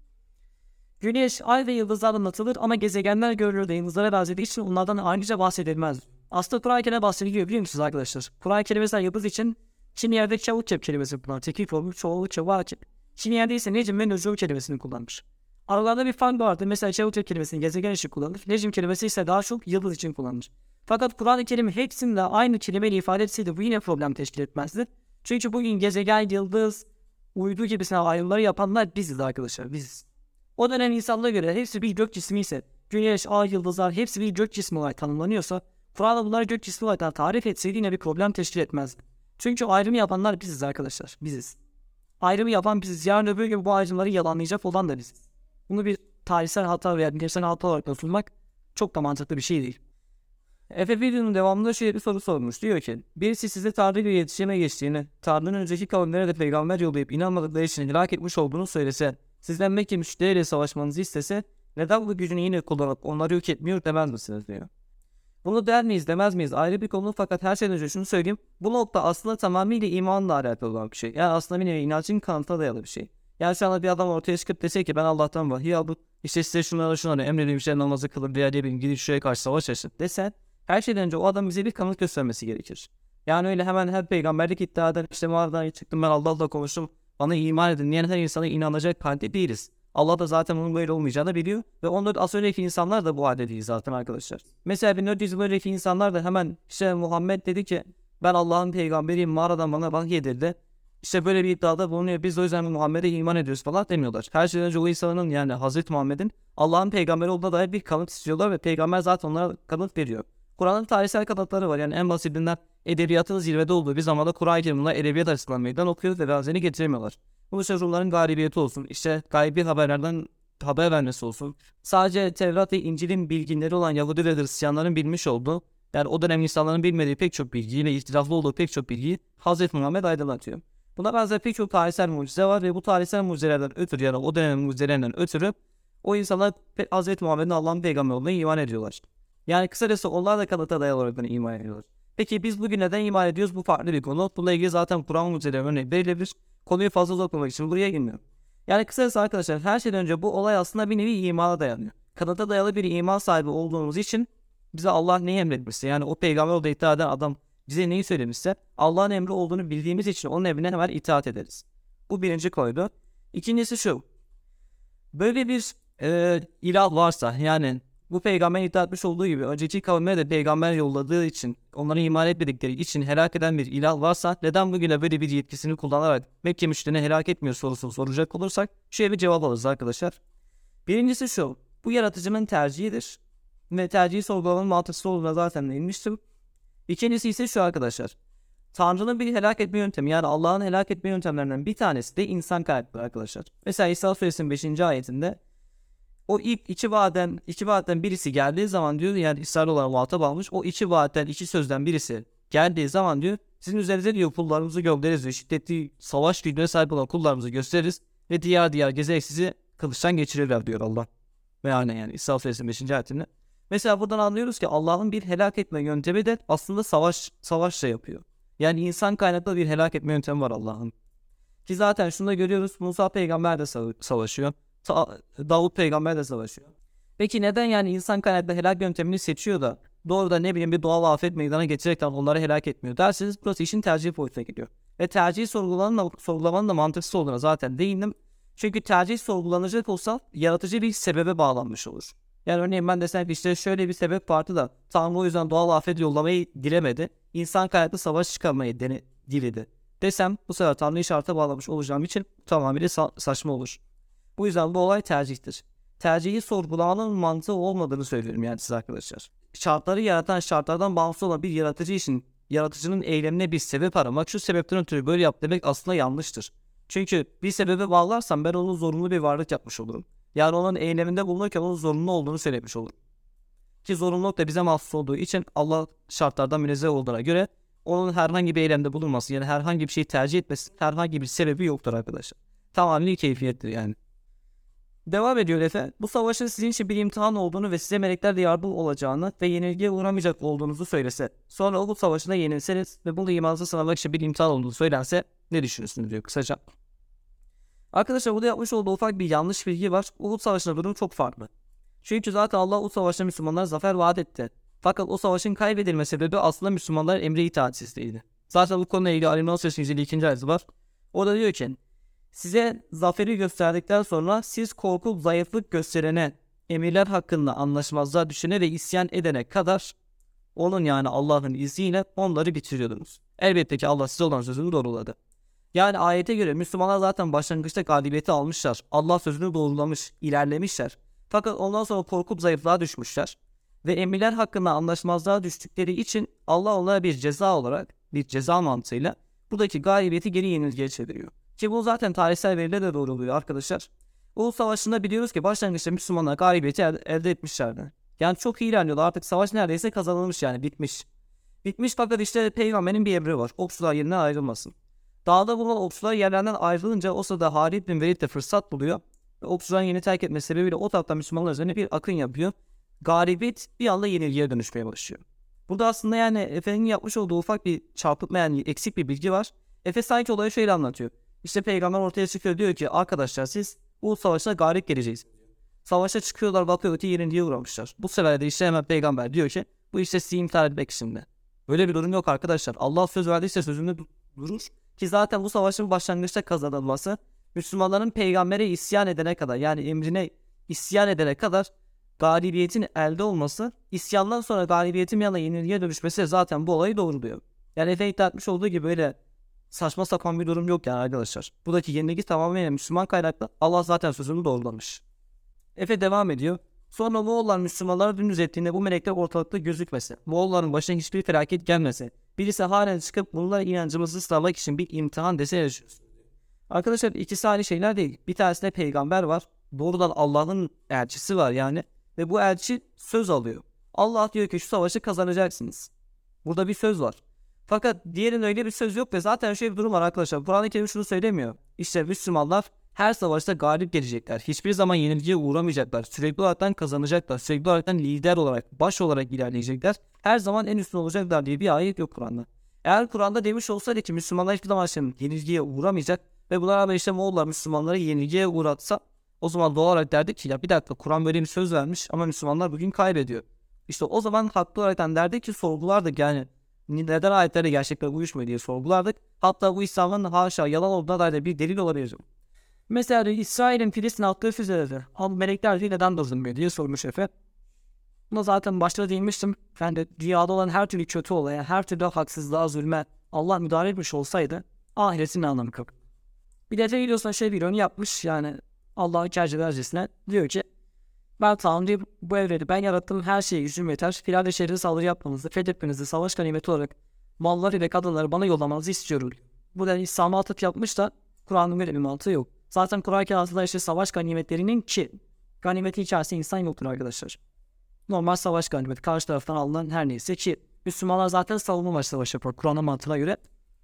Güneş, ay ve yıldızlar anlatılır ama gezegenler görülür de yıldızlara benzediği için onlardan ayrıca bahsedilmez. Aslında Kur'an-ı Kerim'e bahsediliyor biliyor musunuz arkadaşlar? Kur'an-ı Kerim mesela yıldız için kimi yerde çavukçep kelimesini kullanır. Tekil formu çoğulu çavukçep. Kimi yerde ise necim ve nücum kelimesini kullanmış. Aralarında bir fark vardı. Mesela çavukçep kelimesini gezegen için kullanır. Necim kelimesi ise daha çok yıldız için kullanılır. Fakat Kur'an-ı Kerim hepsinde aynı kelimeyle ifade etseydi bu yine problem teşkil etmezdi. Çünkü bugün gezegen, yıldız, uydu gibisine ayrımları yapanlar biziz arkadaşlar, biziz. O dönem insanlara göre hepsi bir gök cismi ise, güneş, ay, yıldızlar hepsi bir gök cismi olarak tanımlanıyorsa, Kur'an'da bunları gök cismi olarak tarif etseydi yine bir problem teşkil etmezdi. Çünkü ayrımı yapanlar biziz arkadaşlar, biziz. Ayrımı yapan biziz, yarın öbür gün bu ayrımları yalanlayacak olan da biziz. Bunu bir tarihsel hata veya bilimsel hata olarak sunmak çok da mantıklı bir şey değil. Efe videonun devamında şöyle bir soru sormuş. Diyor ki, birisi size Tanrı ile iletişime geçtiğini, Tanrı'nın önceki kavimlere de peygamber yollayıp inanmadıkları için helak etmiş olduğunu söylese, sizden Mekke müşteriyle savaşmanızı istese, neden bu gücünü yine kullanıp onları yok etmiyor demez misiniz diyor. Bunu der miyiz demez miyiz ayrı bir konu fakat her şeyden önce şunu söyleyeyim. Bu nokta aslında tamamıyla imanla alakalı olan bir şey. Yani aslında bir nevi inancın kanıta dayalı bir şey. Yani şu anda bir adam ortaya çıkıp dese ki ben Allah'tan vahiy aldım. İşte size şunları şunları emrediğim şey namazı kılın diye diye gidin şuraya karşı savaş açın desen, her şeyden önce o adam bize bir kanıt göstermesi gerekir. Yani öyle hemen her peygamberlik iddia eder. İşte mağaradan çıktım ben Allah'la konuştum. Bana iman edin diyen her insana inanacak halde değiliz. Allah da zaten onun böyle olmayacağını biliyor. Ve ondan az önceki insanlar da bu halde değil zaten arkadaşlar. Mesela bin dört yüz yıl önceki insanlar da hemen işte Muhammed dedi ki ben Allah'ın peygamberiyim mağaradan bana vahiy edildi. İşte böyle bir iddiada bulunuyor. Biz o yüzden Muhammed'e iman ediyoruz falan demiyorlar. Her şeyden önce o insanın yani Hazreti Muhammed'in Allah'ın peygamberi olduğuna dair bir kanıt istiyorlar ve peygamber zaten onlara kanıt veriyor. Kur'an'ın tarihsel kanıtları var. Yani en basitinden edebiyatın zirvede olduğu bir zamanda Kur'an-ı Kerim'le edebiyat açısından meydan okuyor ve benzerini getiremiyorlar. Bu işte Rumların galibiyeti olsun, işte gaybi haberlerden haber vermesi olsun. Sadece Tevrat ve İncil'in bilginleri olan Yahudi ve Hristiyanların bilmiş olduğu, yani o dönem insanların bilmediği pek çok bilgiyi ve ihtilaflı olduğu pek çok bilgiyi Hazreti Muhammed aydınlatıyor. Buna benzer pek çok tarihsel mucize var ve bu tarihsel mucizelerden ötürü, yani o dönemin mucizelerinden ötürü o insanlar Hazreti Muhammed'in Allah'ın peygamber olduğuna iman ediyorlar. Yani kısacası onlar da kanıta dayalı olarak iman ediyorlar. Peki biz bugün neden iman ediyoruz? Bu farklı bir konu. Bununla ilgili zaten Kur'an mucizeleri örneği verilebilir. Konuyu fazla uzatmamak için buraya girmiyorum. Yani kısacası arkadaşlar, her şeyden önce bu olay aslında bir nevi imana dayanıyor. Kanıta dayalı bir iman sahibi olduğumuz için bize Allah neyi emretmişse, yani o peygamber olduğu iddia eden adam bize neyi söylemişse Allah'ın emri olduğunu bildiğimiz için onun emrine hemen itaat ederiz. Bu birinci koydu. İkincisi şu. Böyle bir e, ilah varsa, yani bu peygamber iddia etmiş olduğu gibi önceki kavimlere de peygamber yolladığı için, onları iman etmedikleri için helak eden bir ilah varsa neden bugüne böyle bir yetkisini kullanarak Mekke müşrilerini helak etmiyor sorusunu soracak olursak şöyle bir cevap alırız arkadaşlar. Birincisi şu. Bu yaratıcının tercihidir. Ve tercihi sorgulamanın mantıksız olduğuna zaten değinmiştim. İkincisi ise şu arkadaşlar. Tanrı'nın bir helak etme yöntemi, yani Allah'ın helak etme yöntemlerinden bir tanesi de insan kaynaklı arkadaşlar. Mesela İsa Suresinin beşinci ayetinde o ilk iki vaatten, iki vaatten birisi geldiği zaman diyor, yani İsrail olan muhatap almış, o iki vaatten, iki sözden birisi geldiği zaman diyor, sizin üzerinize diyor kullarımızı göndeririz diyor, şiddetli savaş gücüne sahip olan kullarımızı gösteririz ve diğer diğer gezerek sizi kılıçtan geçirirler diyor Allah. Mealen yani İsa Suresinin beşinci ayetinde. Mesela buradan anlıyoruz ki Allah'ın bir helak etme yöntemi de aslında savaş savaşla yapıyor. Yani insan kaynaklı bir helak etme yöntemi var Allah'ın. Ki zaten şunu da görüyoruz, Musa peygamber de savaşıyor. Davut peygamber de savaşıyor. Peki neden yani insan kaynaklı helak yöntemini seçiyor da doğrudan ne bileyim bir doğal afet meydana getirerekten onları helak etmiyor derseniz burası işin tercih boyutuna gidiyor. Ve tercihi sorgulamanın da, sorgulamanın da mantıksız olduğuna zaten değindim. Çünkü tercih sorgulanacak olsa yaratıcı bir sebebe bağlanmış olur. Yani örneğin ben desem ki işte şöyle bir sebep vardı da Tanrı o yüzden doğal afet yollamayı dilemedi. İnsan kaynaklı savaş çıkarmayı dene, diledi. Desem bu sefer Tanrı'yı şarta bağlamış olacağım için tamamıyla sa- saçma olur. Bu yüzden bu olay tercihtir. Tercihi sorgulamanın mantığı olmadığını söylüyorum yani size arkadaşlar. Şartları yaratan, şartlardan bağımsız olan bir yaratıcı için yaratıcının eylemine bir sebep aramak, şu sebepten ötürü böyle yap demek aslında yanlıştır. Çünkü bir sebebe bağlarsam ben onun zorunlu bir varlık yapmış olurum. Yani onun eyleminde bulunurken onun zorunlu olduğunu söylemiş olurum. Ki zorunluluk da bize mahsus olduğu için Allah şartlardan münezzeh olduğuna göre onun herhangi bir eylemde bulunması, yani herhangi bir şeyi tercih etmesi herhangi bir sebebi yoktur arkadaşlar. Tamamen keyfiyettir yani. Devam ediyor Efe. Bu savaşın sizin için bir imtihan olduğunu ve size meleklerle yardım olacağını ve yenilgiye uğramayacak olduğunuzu söylese. Sonra o bu savaşında yenilseniz ve bunu imanınızı sınamak için bir imtihan olduğunu söylense ne düşünürsünüz diyor kısaca. Arkadaşlar burada yapmış olduğu ufak bir yanlış bilgi var. Uhud Savaşı'nda durum çok farklı. Çünkü zaten Allah Uhud Savaşı'nda Müslümanlara zafer vaat etti. Fakat o savaşın kaybedilme sebebi aslında Müslümanların emre itaatsizliğiydi. Zaten bu konuyla ilgili Ali İmran Suresinin yüz elli ikinci ayeti var. Orada diyor ki size zaferi gösterdikten sonra siz korkup zayıflık gösterene, emirler hakkında anlaşmazlığa düşene ve isyan edene kadar onun yani Allah'ın izniyle onları bitiriyordunuz. Elbette ki Allah size olan sözünü doğruladı. Yani ayete göre Müslümanlar zaten başlangıçta galibiyeti almışlar. Allah sözünü doğrulamış, ilerlemişler. Fakat ondan sonra korkup zayıflığa düşmüşler. Ve emirler hakkında anlaşmazlığa düştükleri için Allah onlara bir ceza olarak, bir ceza mantığıyla buradaki galibiyeti geri yenilgiye çeviriyor. Ki bu zaten tarihsel verilerle de doğruluyor arkadaşlar. Uhud Savaşı'nda biliyoruz ki başlangıçta Müslümanlar galibiyeti elde etmişlerdi. Yani çok iyi ilerliyorlar, artık savaş neredeyse kazanılmış, yani bitmiş. Bitmiş fakat işte peygamberin bir emri var. Okçular yerinden ayrılmasın. Dağda bulunan okçular yerlerinden ayrılınca o sırada Halid bin Velid de fırsat buluyor. Ve okçuların yeni terk etmesi sebebiyle o taraftan Müslümanlar üzerine bir akın yapıyor. Galibiyet bir anda yenilgiye dönüşmeye başlıyor. Burada aslında yani Efe'nin yapmış olduğu ufak bir çarpıtma, yani eksik bir bilgi var. Efe sanki olayı şöyle anlatıyor. İşte peygamber ortaya çıkıyor, diyor ki arkadaşlar siz bu savaşa galip geleceğiz. Savaşa çıkıyorlar, bakıyor ki yenilgiye uğramışlar. Bu sefer de işte hemen peygamber diyor ki bu işte sizi imtihan etmek şimdi. Böyle bir durum yok arkadaşlar. Allah söz verdiyse sözünde durur. Ki zaten bu savaşın başlangıçta kazanılması Müslümanların peygambere isyan edene kadar, yani emrine isyan edene kadar galibiyetin elde olması, isyandan sonra galibiyetin bir yana yenilgiye dönüşmesi zaten bu olayı doğruluyor. Yani Efe iddia etmiş olduğu gibi böyle saçma sapan bir durum yok yani arkadaşlar. Buradaki yenilgi tamamen Müslüman kaynaklı. Allah zaten sözünü doğrulamış. Efe devam ediyor. Sonra Moğollar Müslümanlara dümdüz ettiğinde bu melekler ortalıkta gözükmese, Moğolların başına hiçbir felaket gelmese, birisi halen çıkıp bunlar inancımızı sınavmak için bir imtihan dese yaşıyoruz. Arkadaşlar ikisi aynı şeyler değil. Bir tanesinde peygamber var. Doğrudan Allah'ın elçisi var yani. Ve bu elçi söz alıyor. Allah diyor ki şu savaşı kazanacaksınız. Burada bir söz var. Fakat diğerinin öyle bir söz yok ve zaten şöyle bir durum var arkadaşlar. Kur'an-ı Kerim şunu söylemiyor. İşte Müslümanlar her savaşta galip gelecekler. Hiçbir zaman yenilgiye uğramayacaklar. Sürekli olarak kazanacaklar. Sürekli olarak lider olarak, baş olarak ilerleyecekler. Her zaman en üstün olacaklar diye bir ayet yok Kur'an'da. Eğer Kur'an'da demiş olsaydı ki Müslümanlar hiçbir zaman yenilgiye uğramayacak ve buna rağmen işte Moğollar Müslümanları yenilgiye uğratsa o zaman doğal olarak derdik ki ya bir dakika Kur'an böyle bir söz vermiş ama Müslümanlar bugün kaybediyor. İşte o zaman haklı olarak derdik ki sorgulardık yani neden ayetlerle gerçekler uyuşmuyor diye sorgulardık. Hatta bu İslam'ın haşa yalan olduğuna dair bir delil olabilir. Mesela İsrail'in Filistin attığı füzeleri abi melekler diye neden bozulmuyor diye sormuş Efe. Buna zaten başta değinmiştim. Yani de dünyada olan her türlü kötü olaya, her türlü haksızlığa, zulme Allah müdahale etmiş olsaydı ahiretin anlamı kalır. Bir de Efe videosuna şey bir ön yapmış yani Allah'ın kercelercesine diyor ki ben Tanrı'yı bu evreni ben yarattım her şeye gücüm yeter. Filan şehre saldırı yapmanızı, fethetmenizi, savaş ganimeti olarak malları ve kadınları bana yollamanızı istiyorum. Bu da İslam'a atıp yapmış da Kur'an'ın böyle bir mantığı yok. Zaten Kur'an-ı Kerim'de işte savaş ganimetlerinin ki ganimeti içerisinde insan yoktur arkadaşlar. Normal savaş ganimeti karşı taraftan alınan her neyse ki Müslümanlar zaten savunma amaçlı savaş yapar Kur'an'ın mantığına göre.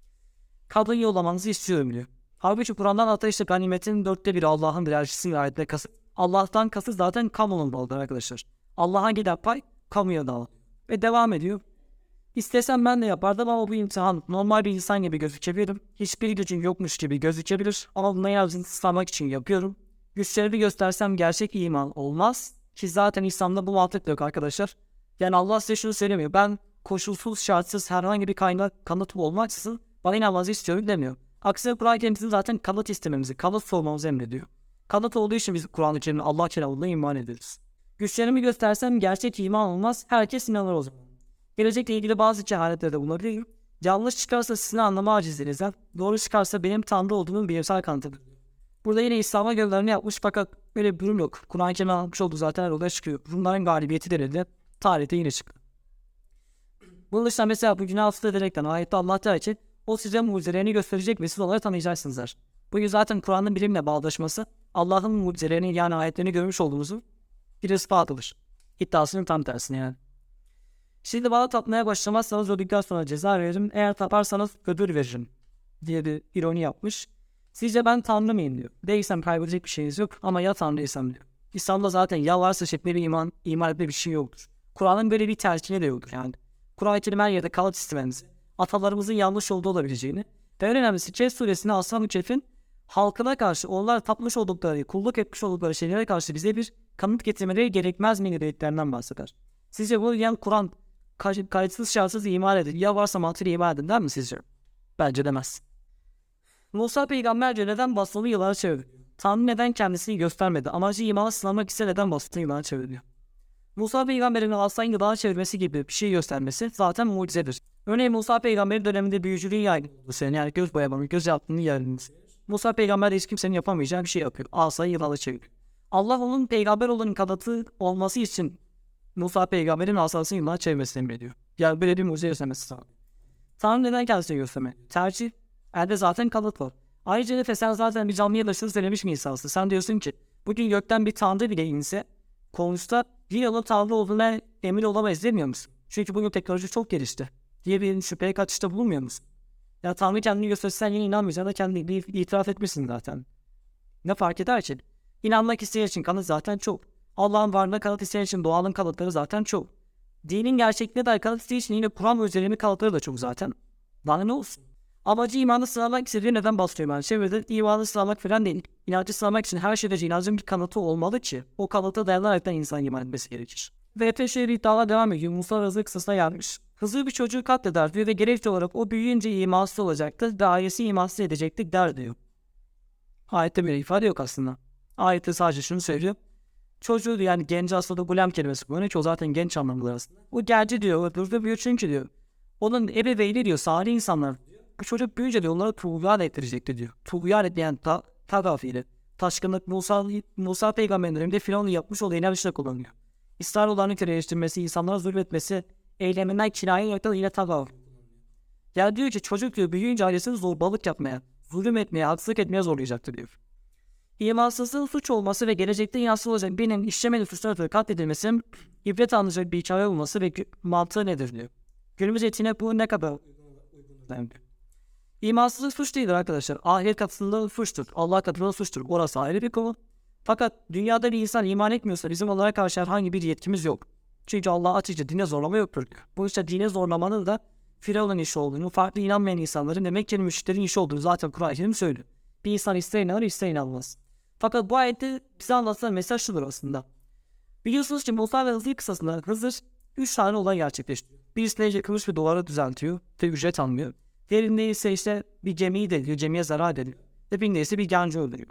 Kadın yollamanızı istiyorum diyor. Halbuki Kur'an'dan hatta işte ganimetin dörtte biri Allah'ın bir elçisi ve ayetle kasıt. Allah'tan kasıt zaten kamunun balıdır arkadaşlar. Allah'a giden pay kamuya dağılır. Ve devam ediyor. İstesem ben de yapardım ama bu imtihan normal bir insan gibi gözükebilirim. Hiçbir gücüm yokmuş gibi gözükebilir ama bunu yazın ıslamak için yapıyorum. Güçlerimi göstersem gerçek iman olmaz. Ki zaten İslam'da bu mantık yok arkadaşlar. Yani Allah size şunu söylemiyor. Ben koşulsuz şartsız herhangi bir kaynak kanıtım olmaksızın bana inanmanızı istiyorum demiyor. Aksine Kur'an-ı Kerim'de zaten kanıt istememizi, kanıt sormamızı emrediyor. Kanıt olduğu için biz Kur'an-ı Kerim'e Allah kelamına iman ederiz. Güçlerimi göstersem gerçek iman olmaz. Herkes inanır o zaman. Gelecekle ilgili bazı cehaletlerde bulunabilirim. Yanlış çıkarsa sizin anlama acizlerinizden, doğru çıkarsa benim Tanrı olduğumun bilimsel kanıtıdır. Burada yine İslam'a gönderme yapmış fakat böyle bir durum yok. Kur'an-ı Kerim'e almış olduğu zaten her olaya çıkıyor. Bunların galibiyeti denildi. Tarihte yine çıktı. Bunun dışında mesela bu günah hafıza ederekten ayette Allah der ki o size mucizelerini gösterecek ve siz onları tanıyacaksınızlar. Bugün zaten Kur'an'ın bilimle bağdaşması Allah'ın mucizelerini yani ayetlerini görmüş olduğumuzu bir ispatıdır. İddiasının tam tersine yani. Şimdi bana tapmaya başlamazsanız öldükten sonra ceza veririm. Eğer taparsanız ödül veririm diye bir ironi yapmış. Sizce ben Tanrı mıyım diyor. Değilsem kaybedecek bir şeyiniz yok ama ya Tanrıysam diyor. İslam'da zaten ya varsa şekli bir iman, iman etme bir şey yoktur. Kur'an'ın böyle bir tercihine de yoktur yani. Kur'an-ı Kerim her yerde kanıt istememizi, atalarımızın yanlış yolda olabileceğini ve en önemlisi Kehf suresinde Ashab-ı Kehf'in halkına karşı onlar tapmış oldukları, kulluk etmiş oldukları şeylere karşı bize bir kanıt getirmeleri gerekmez mi dediklerinden bahseder. Sizce bunu diyen Kur'an kayıtsız şartsız iman edin. Ya varsa mantığıyla iman edin der mi sizce? Bence demez. Musa peygamberce neden basılı yılana çevirdi? Tanrı neden kendisini göstermedi? Amacı imanı sınamak ise neden basılı yılana çeviriyor? Musa peygamberin aslan yılana çevirmesi gibi bir şey göstermesi zaten mucizedir. Örneğin Musa peygamberin döneminde büyücülüğün yaygın olduğu yani göz boyamanın, göz yaptığının yaygınlığı. Musa peygamber hiç kimsenin yapamayacağı bir şey yapıyor. Asayı yılana çeviriyor. Allah onun peygamber olanın kanıtı olması için Musa peygamberin asasını yılana çevirmesini emrediyor. Yani böyle bir mucize göstermesi sağlıyor. Tanrı neden kendisini göstermedi? Tercih. Elde zaten kanıt var. Ayrıca Efe sen zaten bir canlıya başını söylemiş mi insansın? Sen diyorsun ki bugün gökten bir tanrı bile inse konuşta bir onun tanrı olduğuna emin olamayız demiyor musun? Çünkü bugün teknoloji çok gelişti diye bir şüpheye kaçışta bulunmuyor musun? Ya Tanrı kendini göstersen yine inanmayacağına kendini itiraf etmişsin zaten. Ne fark eder ki? İnanmak isteyen için kanıt zaten çok. Allah'ın varlığına kanıt isteyen için doğanın kanıtları zaten çok. Dinin gerçekliğine dair kanıt isteyen için yine Kur'an ve üzerine kanıtları da çok zaten. Daha ne olsun? Amacı imanı sınavmak istediği neden bahsediyor ben? Çevrede imanı sınavmak falan değil. İnancı sınavmak için her şeyde inancın bir kanıtı olmalı ki o kanıta dayanarak da insan iman etmesi gerekir. Ve Efe şehri iddialar devam ediyor. Musa Hızır kısasına gelmiş. Hızır bir çocuğu katleder diyor ve gerekçe olarak o büyüyünce imansız olacaktır ve ailesi imansız edecektir der diyor. Ayette böyle ifade yok aslında. Ayette sadece şunu söylüyor. Çocuğu yani genci aslında gulem kelimesi kullanıyor ki o zaten genç anlamında aslında. O genci diyor öldürdü büyüyor çünkü diyor. Onun ebeveyni diyor salih insanlar diyor. Bu çocuk büyüyünce diyor onlara tuğyan ettirecekti diyor. Tuğyan etmeyen ta, tagafiyle. taşkınlık, Musa, Musa peygamberin döneminde Firavun'un yapmış olduğu inançla kullanılıyor. İsrailoğullarını köleleştirmesi, insanlara zulmetmesi, eyleminden kinaye yönetten yine tabi. Yani diyor ki çocuk diyor büyüyünce ailesini zorbalık yapmaya, zulüm etmeye, haksızlık etmeye zorlayacaktır diyor. İmansızlığın suç olması ve gelecekte inansız olacak birinin işlemeli suçlar ötürü katledilmesi, ibret alınacak bir hikaye olması ve mantığı nedir diyor. Günümüz etine bu ne kadar uygun? İmansızlık suç değildir arkadaşlar. Ahiret katında suçtur. Allah katında suçtur. Orası ayrı bir konu. Fakat dünyada bir insan iman etmiyorsa bizim onlara karşı herhangi bir yetkimiz yok. Çünkü Allah açıkça dine zorlama yoktur diyor. Bu işte dine zorlamanın da Firavun'un işi olduğunu, farklı inanmayan insanların demek ki müşterinin işi olduğunu zaten Kur'an-ı Kerim söylüyor. Bir insan ister inanır ister inanmaz. Fakat bu ayette bize anlatılan mesaj şudur aslında. Biliyorsunuz ki Musa ve Hızır kısasında Hızır üç tane olay gerçekleştiriyor. Birisinde yıkılmış bir duvarı düzeltiyor ve ücret almıyor. Diğerinde ise işte bir gemiyi deliyor, gemiye zarar ediyor. Ve birinde ise bir genci öldürüyor.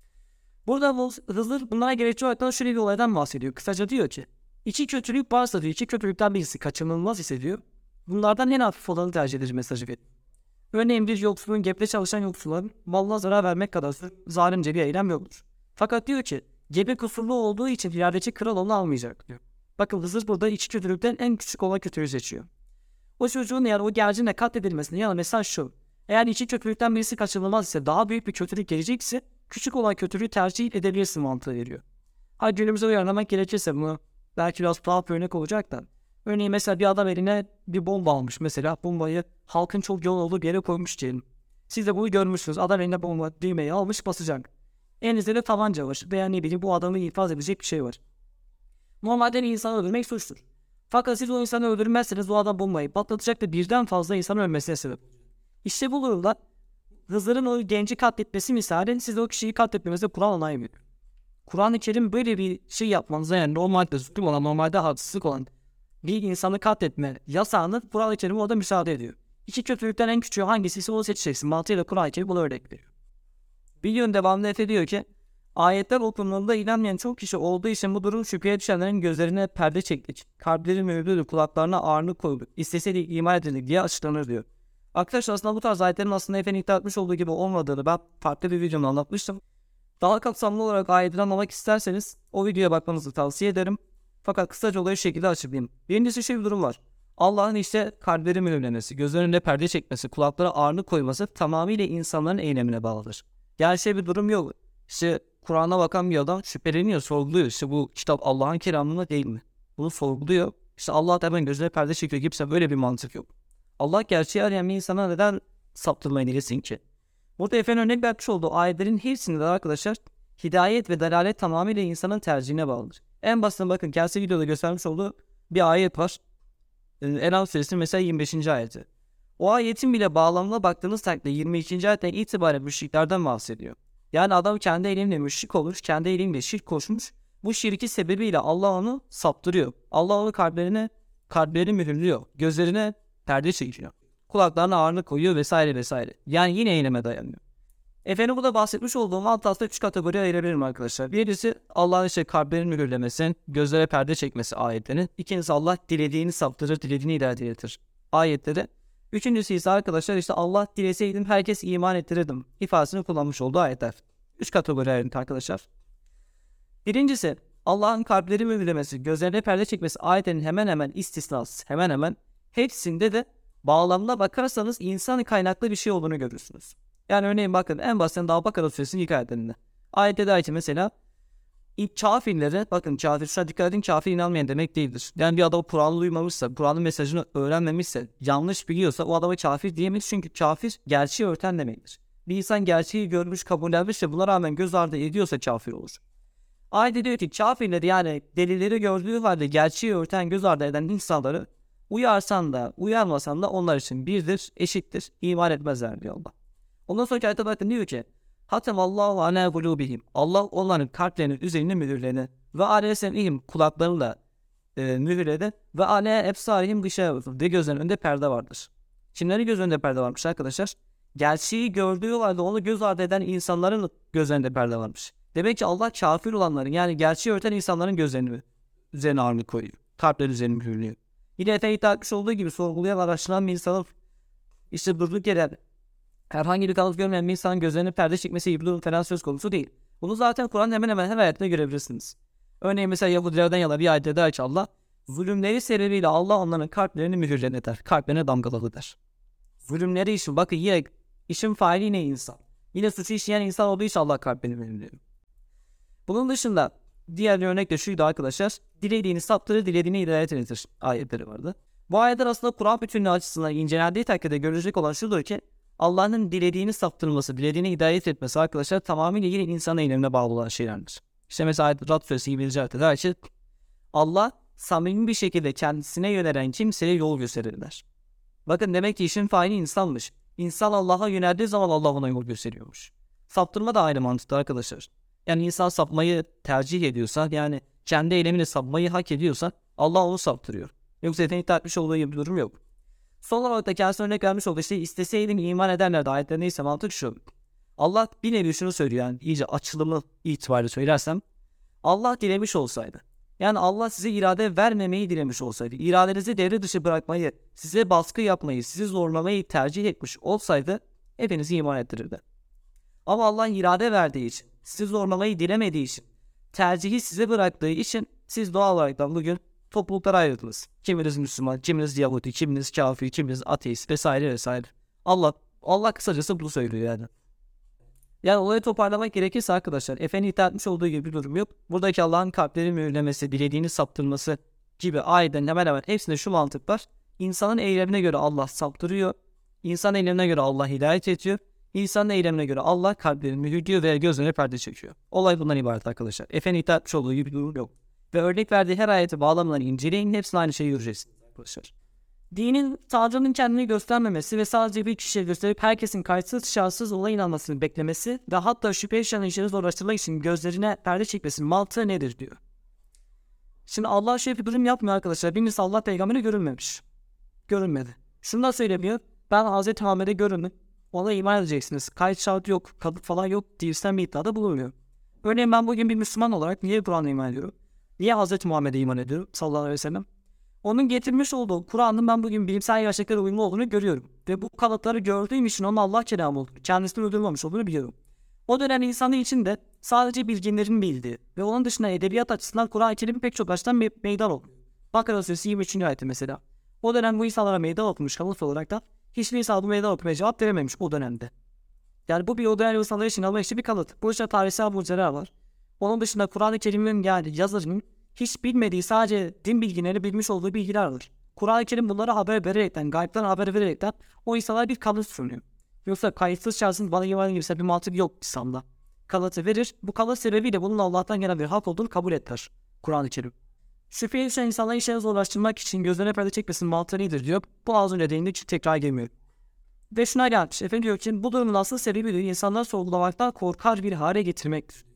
Burada Hızır bunlara gerekçe olarak şöyle bir olaydan bahsediyor. Kısaca diyor ki, iki kötülük varsa diyor, iki kötülükten birisi kaçınılmaz ise diyor, bunlardan en hafif olanı tercih edilir mesajı veriyor. Örneğin bir yoksulun, gepte çalışan yoksulların malına zarar vermek kadar zalimce bir eylem yoktur. Fakat diyor ki, gebe kusurlu olduğu için ilerideki kral onu almayacak diyor. Bakın Hızır burada iki kötülükten en küçük olan kötülüğü seçiyor. O çocuğun yani o gencin de katledilmesine yani mesaj şu. Eğer iki kötülükten birisi kaçınılmaz ise daha büyük bir kötülük gelecekse küçük olan kötülüğü tercih edebilirsin mantığı veriyor. Ha günümüze uyarlamak gerekirse bunu belki biraz tuhaf bir örnek olacak da. Örneğin mesela bir adam eline bir bomba almış mesela. Bombayı halkın çok yoğun olduğu bir yere koymuş diyelim. Siz de bunu görmüşsünüz. Adam eline bomba düğmeyi almış basacak. Elinizde de tabanca var veya ne bileyim bu adamı infaz edecek bir şey var. Normalde bir insanı öldürmek suçtur. Fakat siz o insanı öldürmezseniz o adam bombayı patlatacak ve birden fazla insan ölmesine sebep olacak. İşte bu durumda Hızır'ın o genci katletmesi misali siz o kişiyi katletmenize Kur'an onay veriyor. Kur'an-ı Kerim böyle bir şey yapmanıza yani normalde zulüm olan, normalde haksızlık olan bir insanı katletme yasağını Kur'an-ı Kerim orada müsaade ediyor. İki kötülükten en küçüğü hangisi ise onu seçeceksin. Mantığıyla Kur'an-ı Kerim bunu örnek veriyor. Videonun devamında Efe diyor ki ayetler okunduğunda inanmayan çok kişi olduğu için bu durum şüpheye düşenlerin gözlerine perde çektik. Kalpleri mühürlüdür, kulaklarına ağırlık koyduk. İsteseydik iman edildik diye açıklanır diyor. Arkadaşlar aslında bu tarz ayetlerin aslında Efe'nin iddia etmiş olduğu gibi olmadığını ben farklı bir videomda anlatmıştım. Daha kapsamlı olarak ayetleri anlamak isterseniz o videoya bakmanızı tavsiye ederim. Fakat kısaca olayı şu şekilde açıklayayım. Birincisi şey bir durum var. Allah'ın işte kalpleri mühürlemesi, gözlerine perde çekmesi, kulaklara ağırlık koyması tamamıyla insanların eylemine bağlıdır. Gerçeği bir durum yok. İşte Kur'an'a bakan bir adam şüpheleniyor, sorguluyor. İşte bu kitap Allah'ın kelamı mı değil mi? Bunu sorguluyor. İşte Allah da hemen gözüne perde çekiyor gibi böyle bir mantık yok. Allah gerçeği arayan bir insana neden saptırmayı dilesin ki? Burada Efe'nin örnek vermiş olduğu ayetlerin hepsinde de arkadaşlar hidayet ve dalalet tamamıyla insanın tercihine bağlıdır. En basitinde bakın kendisi videoda göstermiş olduğu bir ayet var. En'am suresinin mesela yirmi beşinci ayeti. O ayetin bile bağlamına baktığınız takdirde yirmi ikinci ayetten itibaren müşriklerden bahsediyor. Yani adam kendi elimle müşrik olmuş, kendi elimle şirk koşmuş. Bu şirki sebebiyle Allah onu saptırıyor. Allah onu kalplerine, kalplerini mühürlüyor. Gözlerine perde çekiyor. Kulaklarına ağırlık koyuyor vesaire vesaire. Yani yine eyleme dayanıyor. Efendim burada bahsetmiş olduğum alt altta üç kategoriye ayırabilirim arkadaşlar. Birisi Allah'ın işte kalplerini mühürlemesi, gözlere perde çekmesi ayetlerini. İkincisi Allah dilediğini saptırır, dilediğini ileride iletir ayetleri. Üçüncüsü ise arkadaşlar işte Allah dileseydim herkes iman ettirirdim ifadesini kullanmış olduğu ayetler. Üç kategori ayrıldı arkadaşlar. Birincisi Allah'ın kalpleri mühürlemesi, gözlerine perde çekmesi ayetlerin hemen hemen istisnası, hemen hemen hepsinde de bağlamına bakarsanız insan kaynaklı bir şey olduğunu görürsünüz. Yani örneğin bakın en basitinden daha Bakara suresinin ilk ayetlerinde. Ayette der ki mesela kafirlere bakın kafir şuna dikkat edin kafir inanmayan demek değildir. Yani bir adam Kur'an'ı duymamışsa, Kur'an'ın mesajını öğrenmemişse, yanlış biliyorsa o adama kafir diyemeyiz çünkü kafir gerçeği örten demektir. Bir insan gerçeği görmüş, kabullenmiş ve buna rağmen göz ardı ediyorsa kafir olur. Ayette diyor ki kafirleri yani delilleri gördüğü halde gerçeği örten göz ardı eden insanları uyarsan da uyarmasan da onlar için birdir, eşittir, iman etmezler diyor Allah. Ondan sonra ayette bakın diyor ki Hatemallahu ala kulubihim. Allah onların kalplerinin üzerine mühürledi. Ve ala sem'ihim kulaklarını da e, mühürledi. Ve ala ebsarihim gışâvûn. Ve gözlerinin önünde perde vardır. Kimlerin göz önünde perde varmış arkadaşlar? Gerçeği gördüğü halde onu göz ardı eden insanların gözlerinde perde varmış. Demek ki Allah kafir olanların yani gerçeği örten insanların gözlerini üzerine ağırlık koyuyor. Kalpleri üzerine mühürlüyor. Yine Efe'ye hitap olduğu gibi sorgulayan araştıran bir insanın işte durduk yere herhangi bir kanıt görmeyen bir insanın gözlerine perde çekmesi gibi bir durum falan söz konusu değil. Bunu zaten Kur'an'ın hemen hemen her ayetinde görebilirsiniz. Örneğin mesela Yahudilerden yana bir ayette der ki Allah, zulümleri sebebiyle Allah onların kalplerini mühürlen eder. Kalplerine damgaladı der. Zulümleri için bakın yine işin faili yine insan. Yine suçu işleyen insan olduğu için Allah kalplerini mühürlüyor. Bunun dışında diğer bir örnek de şuydu arkadaşlar. Dilediğini saptırır, dilediğini hidayet edilir ayetleri vardı. Bu ayetler aslında Kur'an bütünlüğü açısından incelendiği takdirde görülecek olan şudur ki Allah'ın dilediğini saptırması, dilediğini hidayet etmesi arkadaşlar tamamıyla yine insan eylemine bağlı olan şeylerdir. İşte mesela Rad suresi gibi bir ayette der ki Allah samimi bir şekilde kendisine yönelen kimseye yol gösterirler. Bakın demek ki işin faili insanmış. İnsan Allah'a yöneldiği zaman Allah ona yol gösteriyormuş. Saptırma da aynı mantıkta arkadaşlar. Yani insan sapmayı tercih ediyorsa, yani kendi eylemini sapmayı hak ediyorsa Allah onu saptırıyor. Yoksa yetenek etmiş olduğu gibi bir durum yok. Son olarak da kendisine örnek vermiş olduğu işte isteseydim iman ederlerdi ayetler neyse mantık şu. Allah bir nevi şunu söylüyor, yani iyice açılımı itibariyle söylersem. Allah dilemiş olsaydı, yani Allah size irade vermemeyi dilemiş olsaydı, iradenizi devre dışı bırakmayı, size baskı yapmayı, sizi zorlamayı tercih etmiş olsaydı hepinizi iman ettirirdi. Ama Allah irade verdiği için, sizi zorlamayı dilemediği için, tercihi size bıraktığı için siz doğal olarak bugün topluluklara ayrıldınız. Kiminiz Müslüman, kiminiz Yahudi, kiminiz kafir, kiminiz ateist vesaire vesaire. Allah Allah kısacası bunu söylüyor yani. Yani olayı toparlamak gerekirse arkadaşlar, Efe'nin iddia etmiş olduğu gibi bir durum yok. Buradaki Allah'ın kalpleri mühürlemesi, dilediğini saptırması gibi ayetten hemen hemen hepsinde şu mantık var. İnsanın eylemine göre Allah saptırıyor. İnsan eylemine göre Allah hidayet ediyor. İnsanın eylemine göre Allah kalplerini mühürlüyor ve gözlerine perde çekiyor. Olay bundan ibaret arkadaşlar. Efe'nin iddia etmiş olduğu gibi bir durum yok. Ve örnek verdiği her ayeti bağlamlarını inceleyin. Hepsine aynı şeyi göreceksiniz arkadaşlar. Dinin Tanrı'nın kendini göstermemesi ve sadece bir kişiye gösterip herkesin kayıtsız şartsız ona inanmasını beklemesi ve hatta şüphe yaşayan işleri zorlaştırmak için gözlerine perde çekmesinin mantığı nedir diyor. Şimdi Allah şöyle bir durum yapmıyor arkadaşlar. Birincisi Allah peygambere görünmemiş. Görünmedi. Şunu da söylemiyor. Ben Hazreti Muhammed'e görünüm. Ona iman edeceksiniz. Kayıt şart yok, kanıt falan yok diyebilsen bir iddiada bulunmuyor. Örneğin ben bugün bir Müslüman olarak niye Kur'an'a iman ediyorum? Niye Hazreti Muhammed'e iman ediyorum sallallahu aleyhi ve sellem? Onun getirmiş olduğu Kur'an'ın ben bugün bilimsel gerçeklere uyumlu olduğunu görüyorum. Ve bu kanıtları gördüğüm için onun Allah kelamı olduğunu, kendisini uydurmamış olduğunu biliyorum. O dönem insanı için de sadece bilginlerin bildiği ve onun dışında edebiyat açısından Kur'an-ı Kerim'in pek çok açıdan me- meydan oldu. Bakara suresi yirmi üçüncü ayeti mesela. O dönem bu insanlara meydan okumuş kanıt olarak da hiçbir insan bu meydan okumaya cevap verememiş o dönemde. Yani bu bir o dönem insanlar için almak için bir kanıt. Bu işte tarihsel mucizeler var. Onun dışında Kur'an-ı Kerim'in yani yazarının hiç bilmediği, sadece din bilgileri bilmiş olduğu bilgiler var. Kur'an-ı Kerim bunlara haber vererekten, gaybden haber vererekten o insanlara bir kanıt sunuyor. Yoksa kayıtsız şahsın bana iman gibi bir mantık yok İslam'da. Kanıtı verir, bu kanıt sebebiyle bunun Allah'tan gelen bir hak olduğunu kabul eder Kur'an-ı Kerim. Şüpheye düşen insanların işlerini zorlaştırmak için gözlerine perde çekmesinin mantığı nedir diyor. Bu az önce değindiği için tekrar gelmiyor. Ve şuna gelmiş. Efendim diyor ki bu durumun asıl sebebi diyor insanları sorgulamaktan korkar bir hale getirmektir.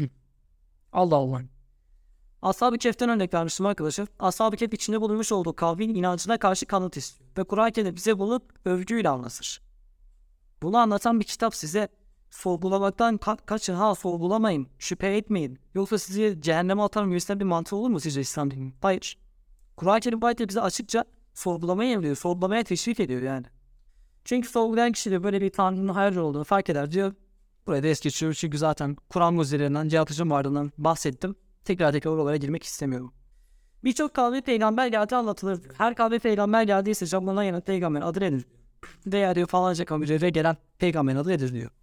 Allah Allah. Ashab-ı Kehf'ten örnek vermiştim arkadaşlar. Ashab-ı Kehf içinde bulunmuş olduğu kavmin inancına karşı kanıt istiyor. Ve Kur'an-ı Kerim bize bunu övgüyle anlatır. Bunu anlatan bir kitap size sorgulamaktan ka- kaçın, ha sorgulamayın, şüphe etmeyin. Yoksa sizi cehenneme atarım gibisinden bir mantığı olur mu sizce İslam dininin? Hayır. Kur'an-ı Kerim bu ayette bize açıkça sorgulamaya emrediyor, sorgulamaya teşvik ediyor yani. Çünkü sorgulayan kişi de böyle bir Tanrı'nın hayır olduğunu fark eder diyor. Buraya da es geçiyor çünkü zaten Kur'an mucizelerinden, cevaplıcı vardığından bahsettim. Tekrar tekrar oralara girmek istemiyorum. Birçok kavmi peygamber geldi anlatılır. Her kavmi peygamber geldiyse canlanan yanıt peygamber adı nedir? Veya diyor falanca kavimlere gelen peygamberin adı nedir diyor.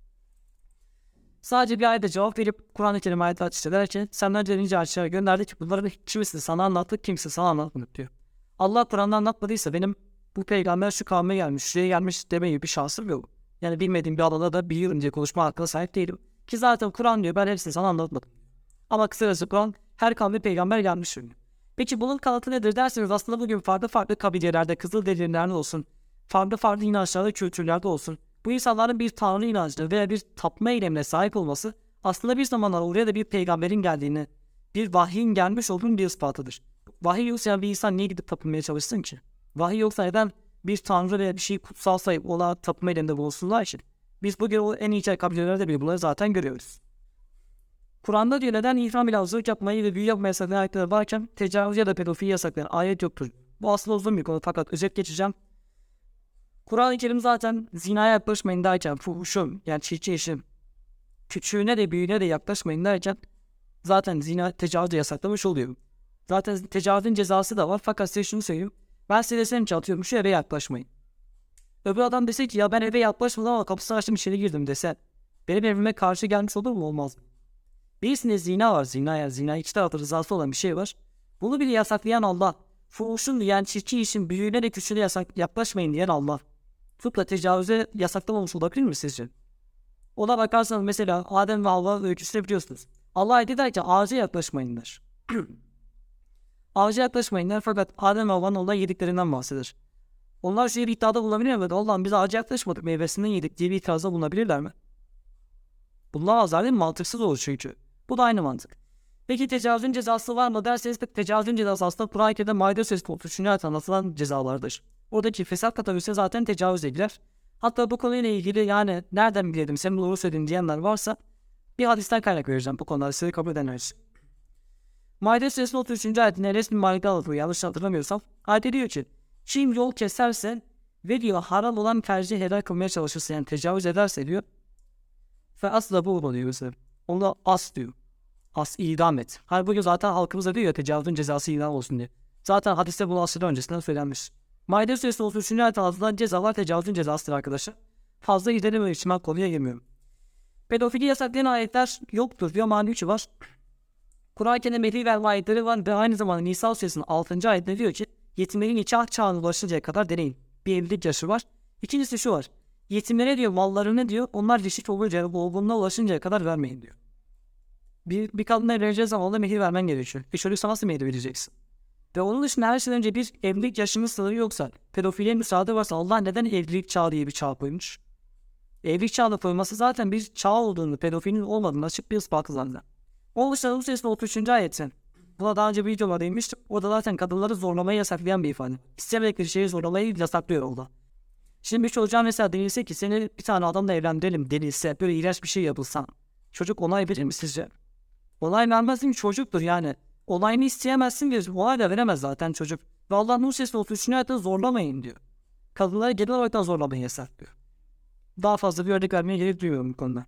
Sadece bir ayete cevap verip Kur'an-ı Kerim ayetler işte derken senden derince aşağıya gönderdi ki bunları kimisi sana anlattı, kimisi sana anlatmadı diyor. Allah Kur'an'da anlatmadıysa benim bu peygamber şu kavme gelmiş, şuraya gelmiş deme gibi bir şansım yok. Yani bilmediğim bir alanda da biliyorum diye konuşma hakkına sahip değilim. Ki zaten Kur'an diyor ben hepsini sana anlatmadım. Ama kısacası Kur'an her kavme peygamber gelmiş diyor. Peki bunun kanıtı nedir derseniz aslında bugün farklı farklı kabilelerde, Kızılderililerde olsun, farklı farklı inançlarda, kültürlerde olsun, bu insanların bir tanrı inancına veya bir tapma eylemine sahip olması aslında bir zamanlar oraya da bir peygamberin geldiğini, bir vahyin gelmiş olduğunun bir ispatıdır. Vahiy yoksa bir insan niye gidip tapınmaya çalışsın ki? Vahiy yoksa neden bir tanrı veya bir şey kutsal sayıp ona tapma eyleminde bulunsunlar için? Biz bugün o en iyi kabilelerde bile bunları zaten görüyoruz. Kur'an'da diyor neden ihram ile hazırlık yapmayı ve büyü yapmayı yasaklayan ayetler varken tecavüz ya da pedofili yasaklayan ayet yoktur. Bu aslında uzun bir konu fakat özet geçeceğim. Kur'an-ı Kerim zaten zinaya yaklaşmayın derken fuhuşum yani çirkin işim, küçüğüne de büyüğüne de yaklaşmayın derken zaten zina tecavüzü yasaklamış oluyor. Zaten tecavüzün cezası da var fakat size şunu söyleyeyim. Ben size desem ki atıyorum şu eve yaklaşmayın. Öbür adam dese ki ya ben eve yaklaşmadım ama kapısını açtım içeri girdim dese. Benim evime karşı gelmiş olur mu? Olmaz mı? Birisinde zina var. Zina yani zina iki tarafta rızası olan bir şey var. Bunu bile yasaklayan Allah. Fuhuşun diyen çirkin işin büyüğüne de küçüğüne yasak, yaklaşmayın diyen Allah. Tıpla tecavüze yasaklamamış olabilir mi sizce? Ona bakarsanız mesela Adem ve Havva öyküsünü biliyorsunuz. Allah dedi ki ağaca yaklaşmayın der. Ağaca yaklaşmayın der fakat Adem ve Havva'nın ondan yediklerinden bahseder. Onlar şöyle bir iddiada bulunabilir mi? Allah'ım biz ağaca yaklaşmadık meyvesinden yedik diye bir itirazda bulunabilirler mi? Bunlar azar değil mi? Mantıksız olur çünkü. Bu da aynı mantık. Peki tecavüzün cezası var mı derseniz tecavüzün cezası aslında Kur'an-ı Kerim'de Maide Suresi otuz üçüncü ayette anlatılan cezalardır. Oradaki fesat kategorisi zaten tecavüz edilir. Hatta bu konuyla ilgili yani nereden bilelim sen doğru söyledin diyenler varsa bir hadisten kaynak vereceğim bu konuda sizi kabul edenler. Maide Suresi otuz üçüncü ayetinde resmi Malik'te anlatılıyor yanlış hatırlamıyorsam. Ayette diyor ki kim yol keserse ve diyor haram olan tercih helal kılmaya çalışırsa yani tecavüz ederse diyor ve asla bu oluyor mesela. Onu as diyor. As idam et. Halbuki zaten halkımıza diyor ya tecavüzün cezası idam olsun diye. Zaten hadiste bunu asırda öncesinden söylenmiş. Maide Suresi otuz üçüncü ayet altından cezalar tecavüzün cezasıdır arkadaşlar. Fazla ilerlememek için ben konuya girmiyorum. Pedofili yasaklayan ayetler yoktur diyor. Mani üçü var. Kur'an-ı Kerim'de mehri verme ayetleri var ve aynı zamanda Nisa Suresi'nin altıncı ayetinde diyor ki yetimlerin nikah çağına ulaşıncaya kadar deneyin. Bir evlilik yaşı var. İkincisi şu var. Yetimlere diyor mallarını diyor onlar reşit olunca olgunluğa ulaşıncaya kadar vermeyin diyor. Bir, bir kadına evleneceği zaman ona mehir vermen gerekiyor. Bir çocuksa nasıl mehir vereceksin? Ve onun dışında her şeyden önce bir evlilik yaşının sınırı yoksa, pedofiliye müsaade varsa Allah neden evlilik çağı diye bir çağ koymuş? Evlilik çağına koyması zaten bir çağ olduğunu, pedofilinin olmadığını açık bir ispatı zaten. Onun dışında Rum Suresi'nin otuz üçüncü ayeti. Buna daha önce bir videoda değinmiştim. Orada zaten kadınları zorlamayı yasaklayan bir ifade. İstemedikleri şeyi zorlamayı yasaklıyor orada. Şimdi bir çocuğa mesela denilse ki seni bir tane adamla evlendirelim denilse, böyle iğrenç bir şey yapılsan, çocuk onay verir mi sizce? Onay vermezsin çocuktur yani. Onayını isteyemezsin diyor. Onay da veremez zaten çocuk. Ve Allah Nur Suresi otuz üçüncü ayette zorlamayın diyor. Kadınları genel olarak zorlamayı yasaklıyor. Daha fazla bir örnek vermeye gerek duyuyorum bu konuda.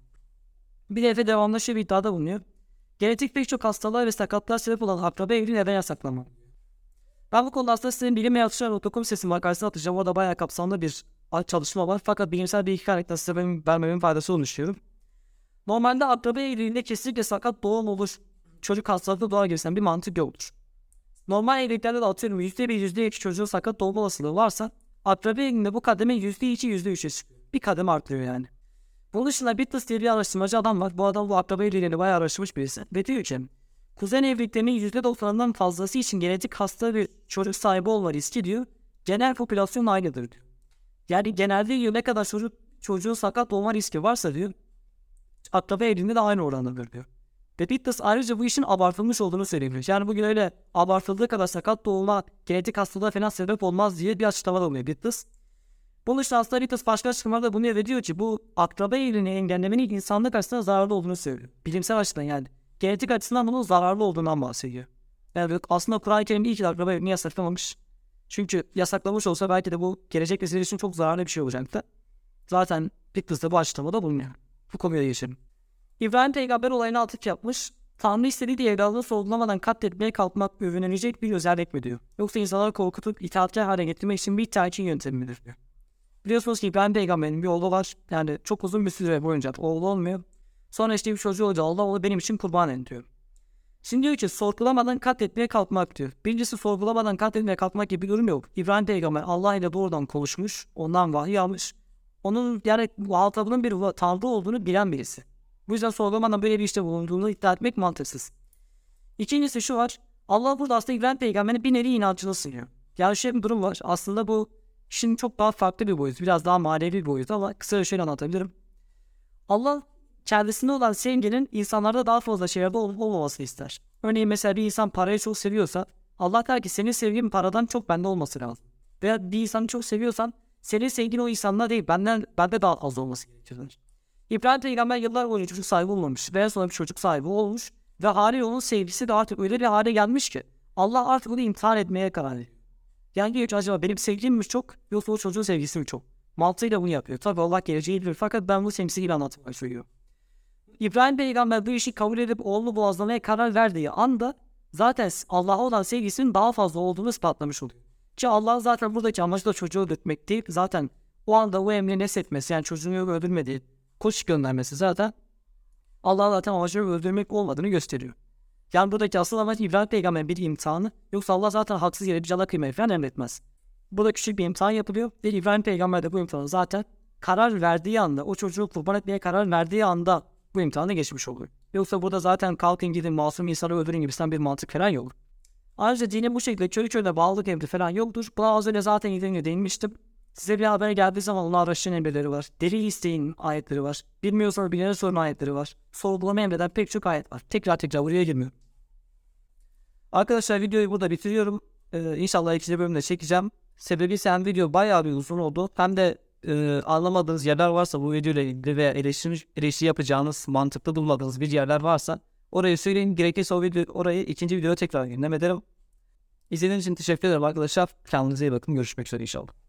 Bir de devamlı şu bir iddiada bulunuyor. Genetik pek çok hastalığa ve sakatlığa sebep olan akraba evliliği neden yasaklama? Ben bu konuda aslında sizin bilim yatışlar nokta com sesinin makalesine atacağım. Orada bayağı kapsamlı bir çalışma var. Fakat bilimsel bir iki kaynaktan size benim vermemin faydası olduğunu düşünüyorum. Normalde akraba evliliğinde kesinlikle sakat doğum olur. Çocuk hastalıklı doğar gibisinden bir mantık yoktur. Normal evliliklerde de atıyorum yüzde bir yüzde iki çocuğun sakat doğum olasılığı varsa akraba evliliğinde bu kademe yüzde iki yüzde üçe çıkıyor. Bir kademe artıyor yani. Bunun dışında Beatles diye bir araştırmacı adam var. Bu adam bu akraba evliliğini bayağı araştırmış birisi. Ve diyor ki kuzen evliliklerinin yüzde doksanından fazlası için genetik hasta bir çocuk sahibi olma riski diyor. Genel popülasyon aynıdır diyor. Yani genelde diyor ne kadar çocuk çocuğun sakat doğma riski varsa diyor akraba evliliğinde de aynı orandadır diyor. Ve Beatles ayrıca bu işin abartılmış olduğunu söylüyor. Yani bugün öyle abartıldığı kadar sakat doğuma, genetik hastalığa falan sebep olmaz diye bir açıklama oluyor Beatles. Bunun için aslında Beatles başka açıklamalarda bunu ediyor ki bu akraba evliliğini engellemenin insanlık açısından zararlı olduğunu söylüyor. Bilimsel açıdan yani. Genetik açısından bunun zararlı olduğundan bahsediyor. Yani aslında Kur'an-ı Kerim iyi ki akraba evliliğini yasaklamamış. Çünkü yasaklamış olsa belki de bu gelecek nesiller için çok zararlı bir şey olacaktı. Zaten Beatles de bu açıklamada bulunuyor. Bu konuya geçelim. İbrahim peygamber olayına atıf yapmış. Tanrı istediği diye evladını sorgulamadan katletmeye kalkmak övünülecek bir özellik mi diyor. Yoksa insanları korkutup itaatkar hale getirmek için bir telkin yöntemi midir diyor. Biliyorsunuz ki İbrahim peygamberin bir oğlu var. Yani çok uzun bir süre boyunca oğlu olmuyor. Sonra işte bir çocuğu olunca Allah onu benim için kurban edin diyor. Şimdi diyor ki sorgulamadan katletmeye kalkmak diyor. Birincisi sorgulamadan katletmeye kalkmak gibi bir durum yok. İbrahim peygamber Allah ile doğrudan konuşmuş. Ondan vahiy almış. Onun yani muhatabının bir tanrı olduğunu bilen birisi. Bu yüzden sorgulamadan böyle bir işte bulunduğunu iddia etmek mantıksız. İkincisi şu var. Allah burada aslında İbrahim peygamberin bir nevi inancını sınıyor. Yani şöyle bir durum var. Aslında bu işin çok daha farklı bir boyutu. Biraz daha manevi bir boyutu ama kısaca şöyle anlatabilirim. Allah kendisinde olan sevginin insanlarda daha fazla şeylerde olup olmamasını ister. Örneğin mesela bir insan parayı çok seviyorsa Allah der ki senin sevgin paradan çok bende olması lazım. Veya bir insanı çok seviyorsan senin sevgin o insanla değil benden bende daha az olması gerekir. İbrahim peygamber yıllar boyunca çocuk sahibi olmamış veya sonra bir çocuk sahibi olmuş ve haliyle onun sevgisi de artık öyle bir hale gelmiş ki Allah artık onu imtihan etmeye karar veriyor. Yani diyor ki acaba benim sevgim mi çok yoksa o çocuğun sevgisi mi çok? Mantığıyla bunu yapıyor. Tabi Allah geleceği bilir fakat ben bu temsiliyle anlatmaya çalışıyorum. İbrahim peygamber bu işi kabul edip oğlunu boğazlamaya karar verdiği anda zaten Allah'a olan sevgisinin daha fazla olduğunu ispatlamış oluyor. Ki Allah zaten buradaki amacı da çocuğu öldürtmek değil. Zaten o anda o emri nesletmesi, yani çocuğunu öldürmediği, koç göndermesi zaten Allah zaten amacını öldürmek olmadığını gösteriyor. Yani buradaki asıl amaç İbrahim peygamberin bir imtihanı. Yoksa Allah zaten haksız yere bir cana kıymayı falan emretmez. Burada küçük bir imtihan yapılıyor ve İbrahim peygamber de bu imtihanı zaten karar verdiği anda, o çocuğu kurban etmeye karar verdiği anda bu imtihanı geçmiş oluyor. Yoksa burada zaten kalkın gidin masum insanı öldürün gibisinden bir mantık falan yok. Ayrıca dinin bu şekilde körü körüne bağlılık emri falan yoktur. Buna az önce zaten yeterince değinmiştim. Size bir haber geldiği zaman onu araştırın emirleri var. Delil isteyin ayetleri var. Bilmiyorsanız bilene sorun ayetleri var. Sorgulama emreden pek çok ayet var. Tekrar tekrar buraya girmiyorum. Arkadaşlar videoyu burada bitiriyorum. Ee, İnşallah ikinci bölümde çekeceğim. Sebebi ise hem video bayağı bir uzun oldu. Hem de e, anlamadığınız yerler varsa bu videoyla ilgili veya eleştiri, eleştiri yapacağınız, mantıklı bulmadığınız bir yerler varsa orayı söyleyin. Gerekirse o video, orayı ikinci videoda tekrar gündem ederim. İzlediğiniz için teşekkür ederim arkadaşlar. Kendinize iyi bakın. Görüşmek üzere inşallah.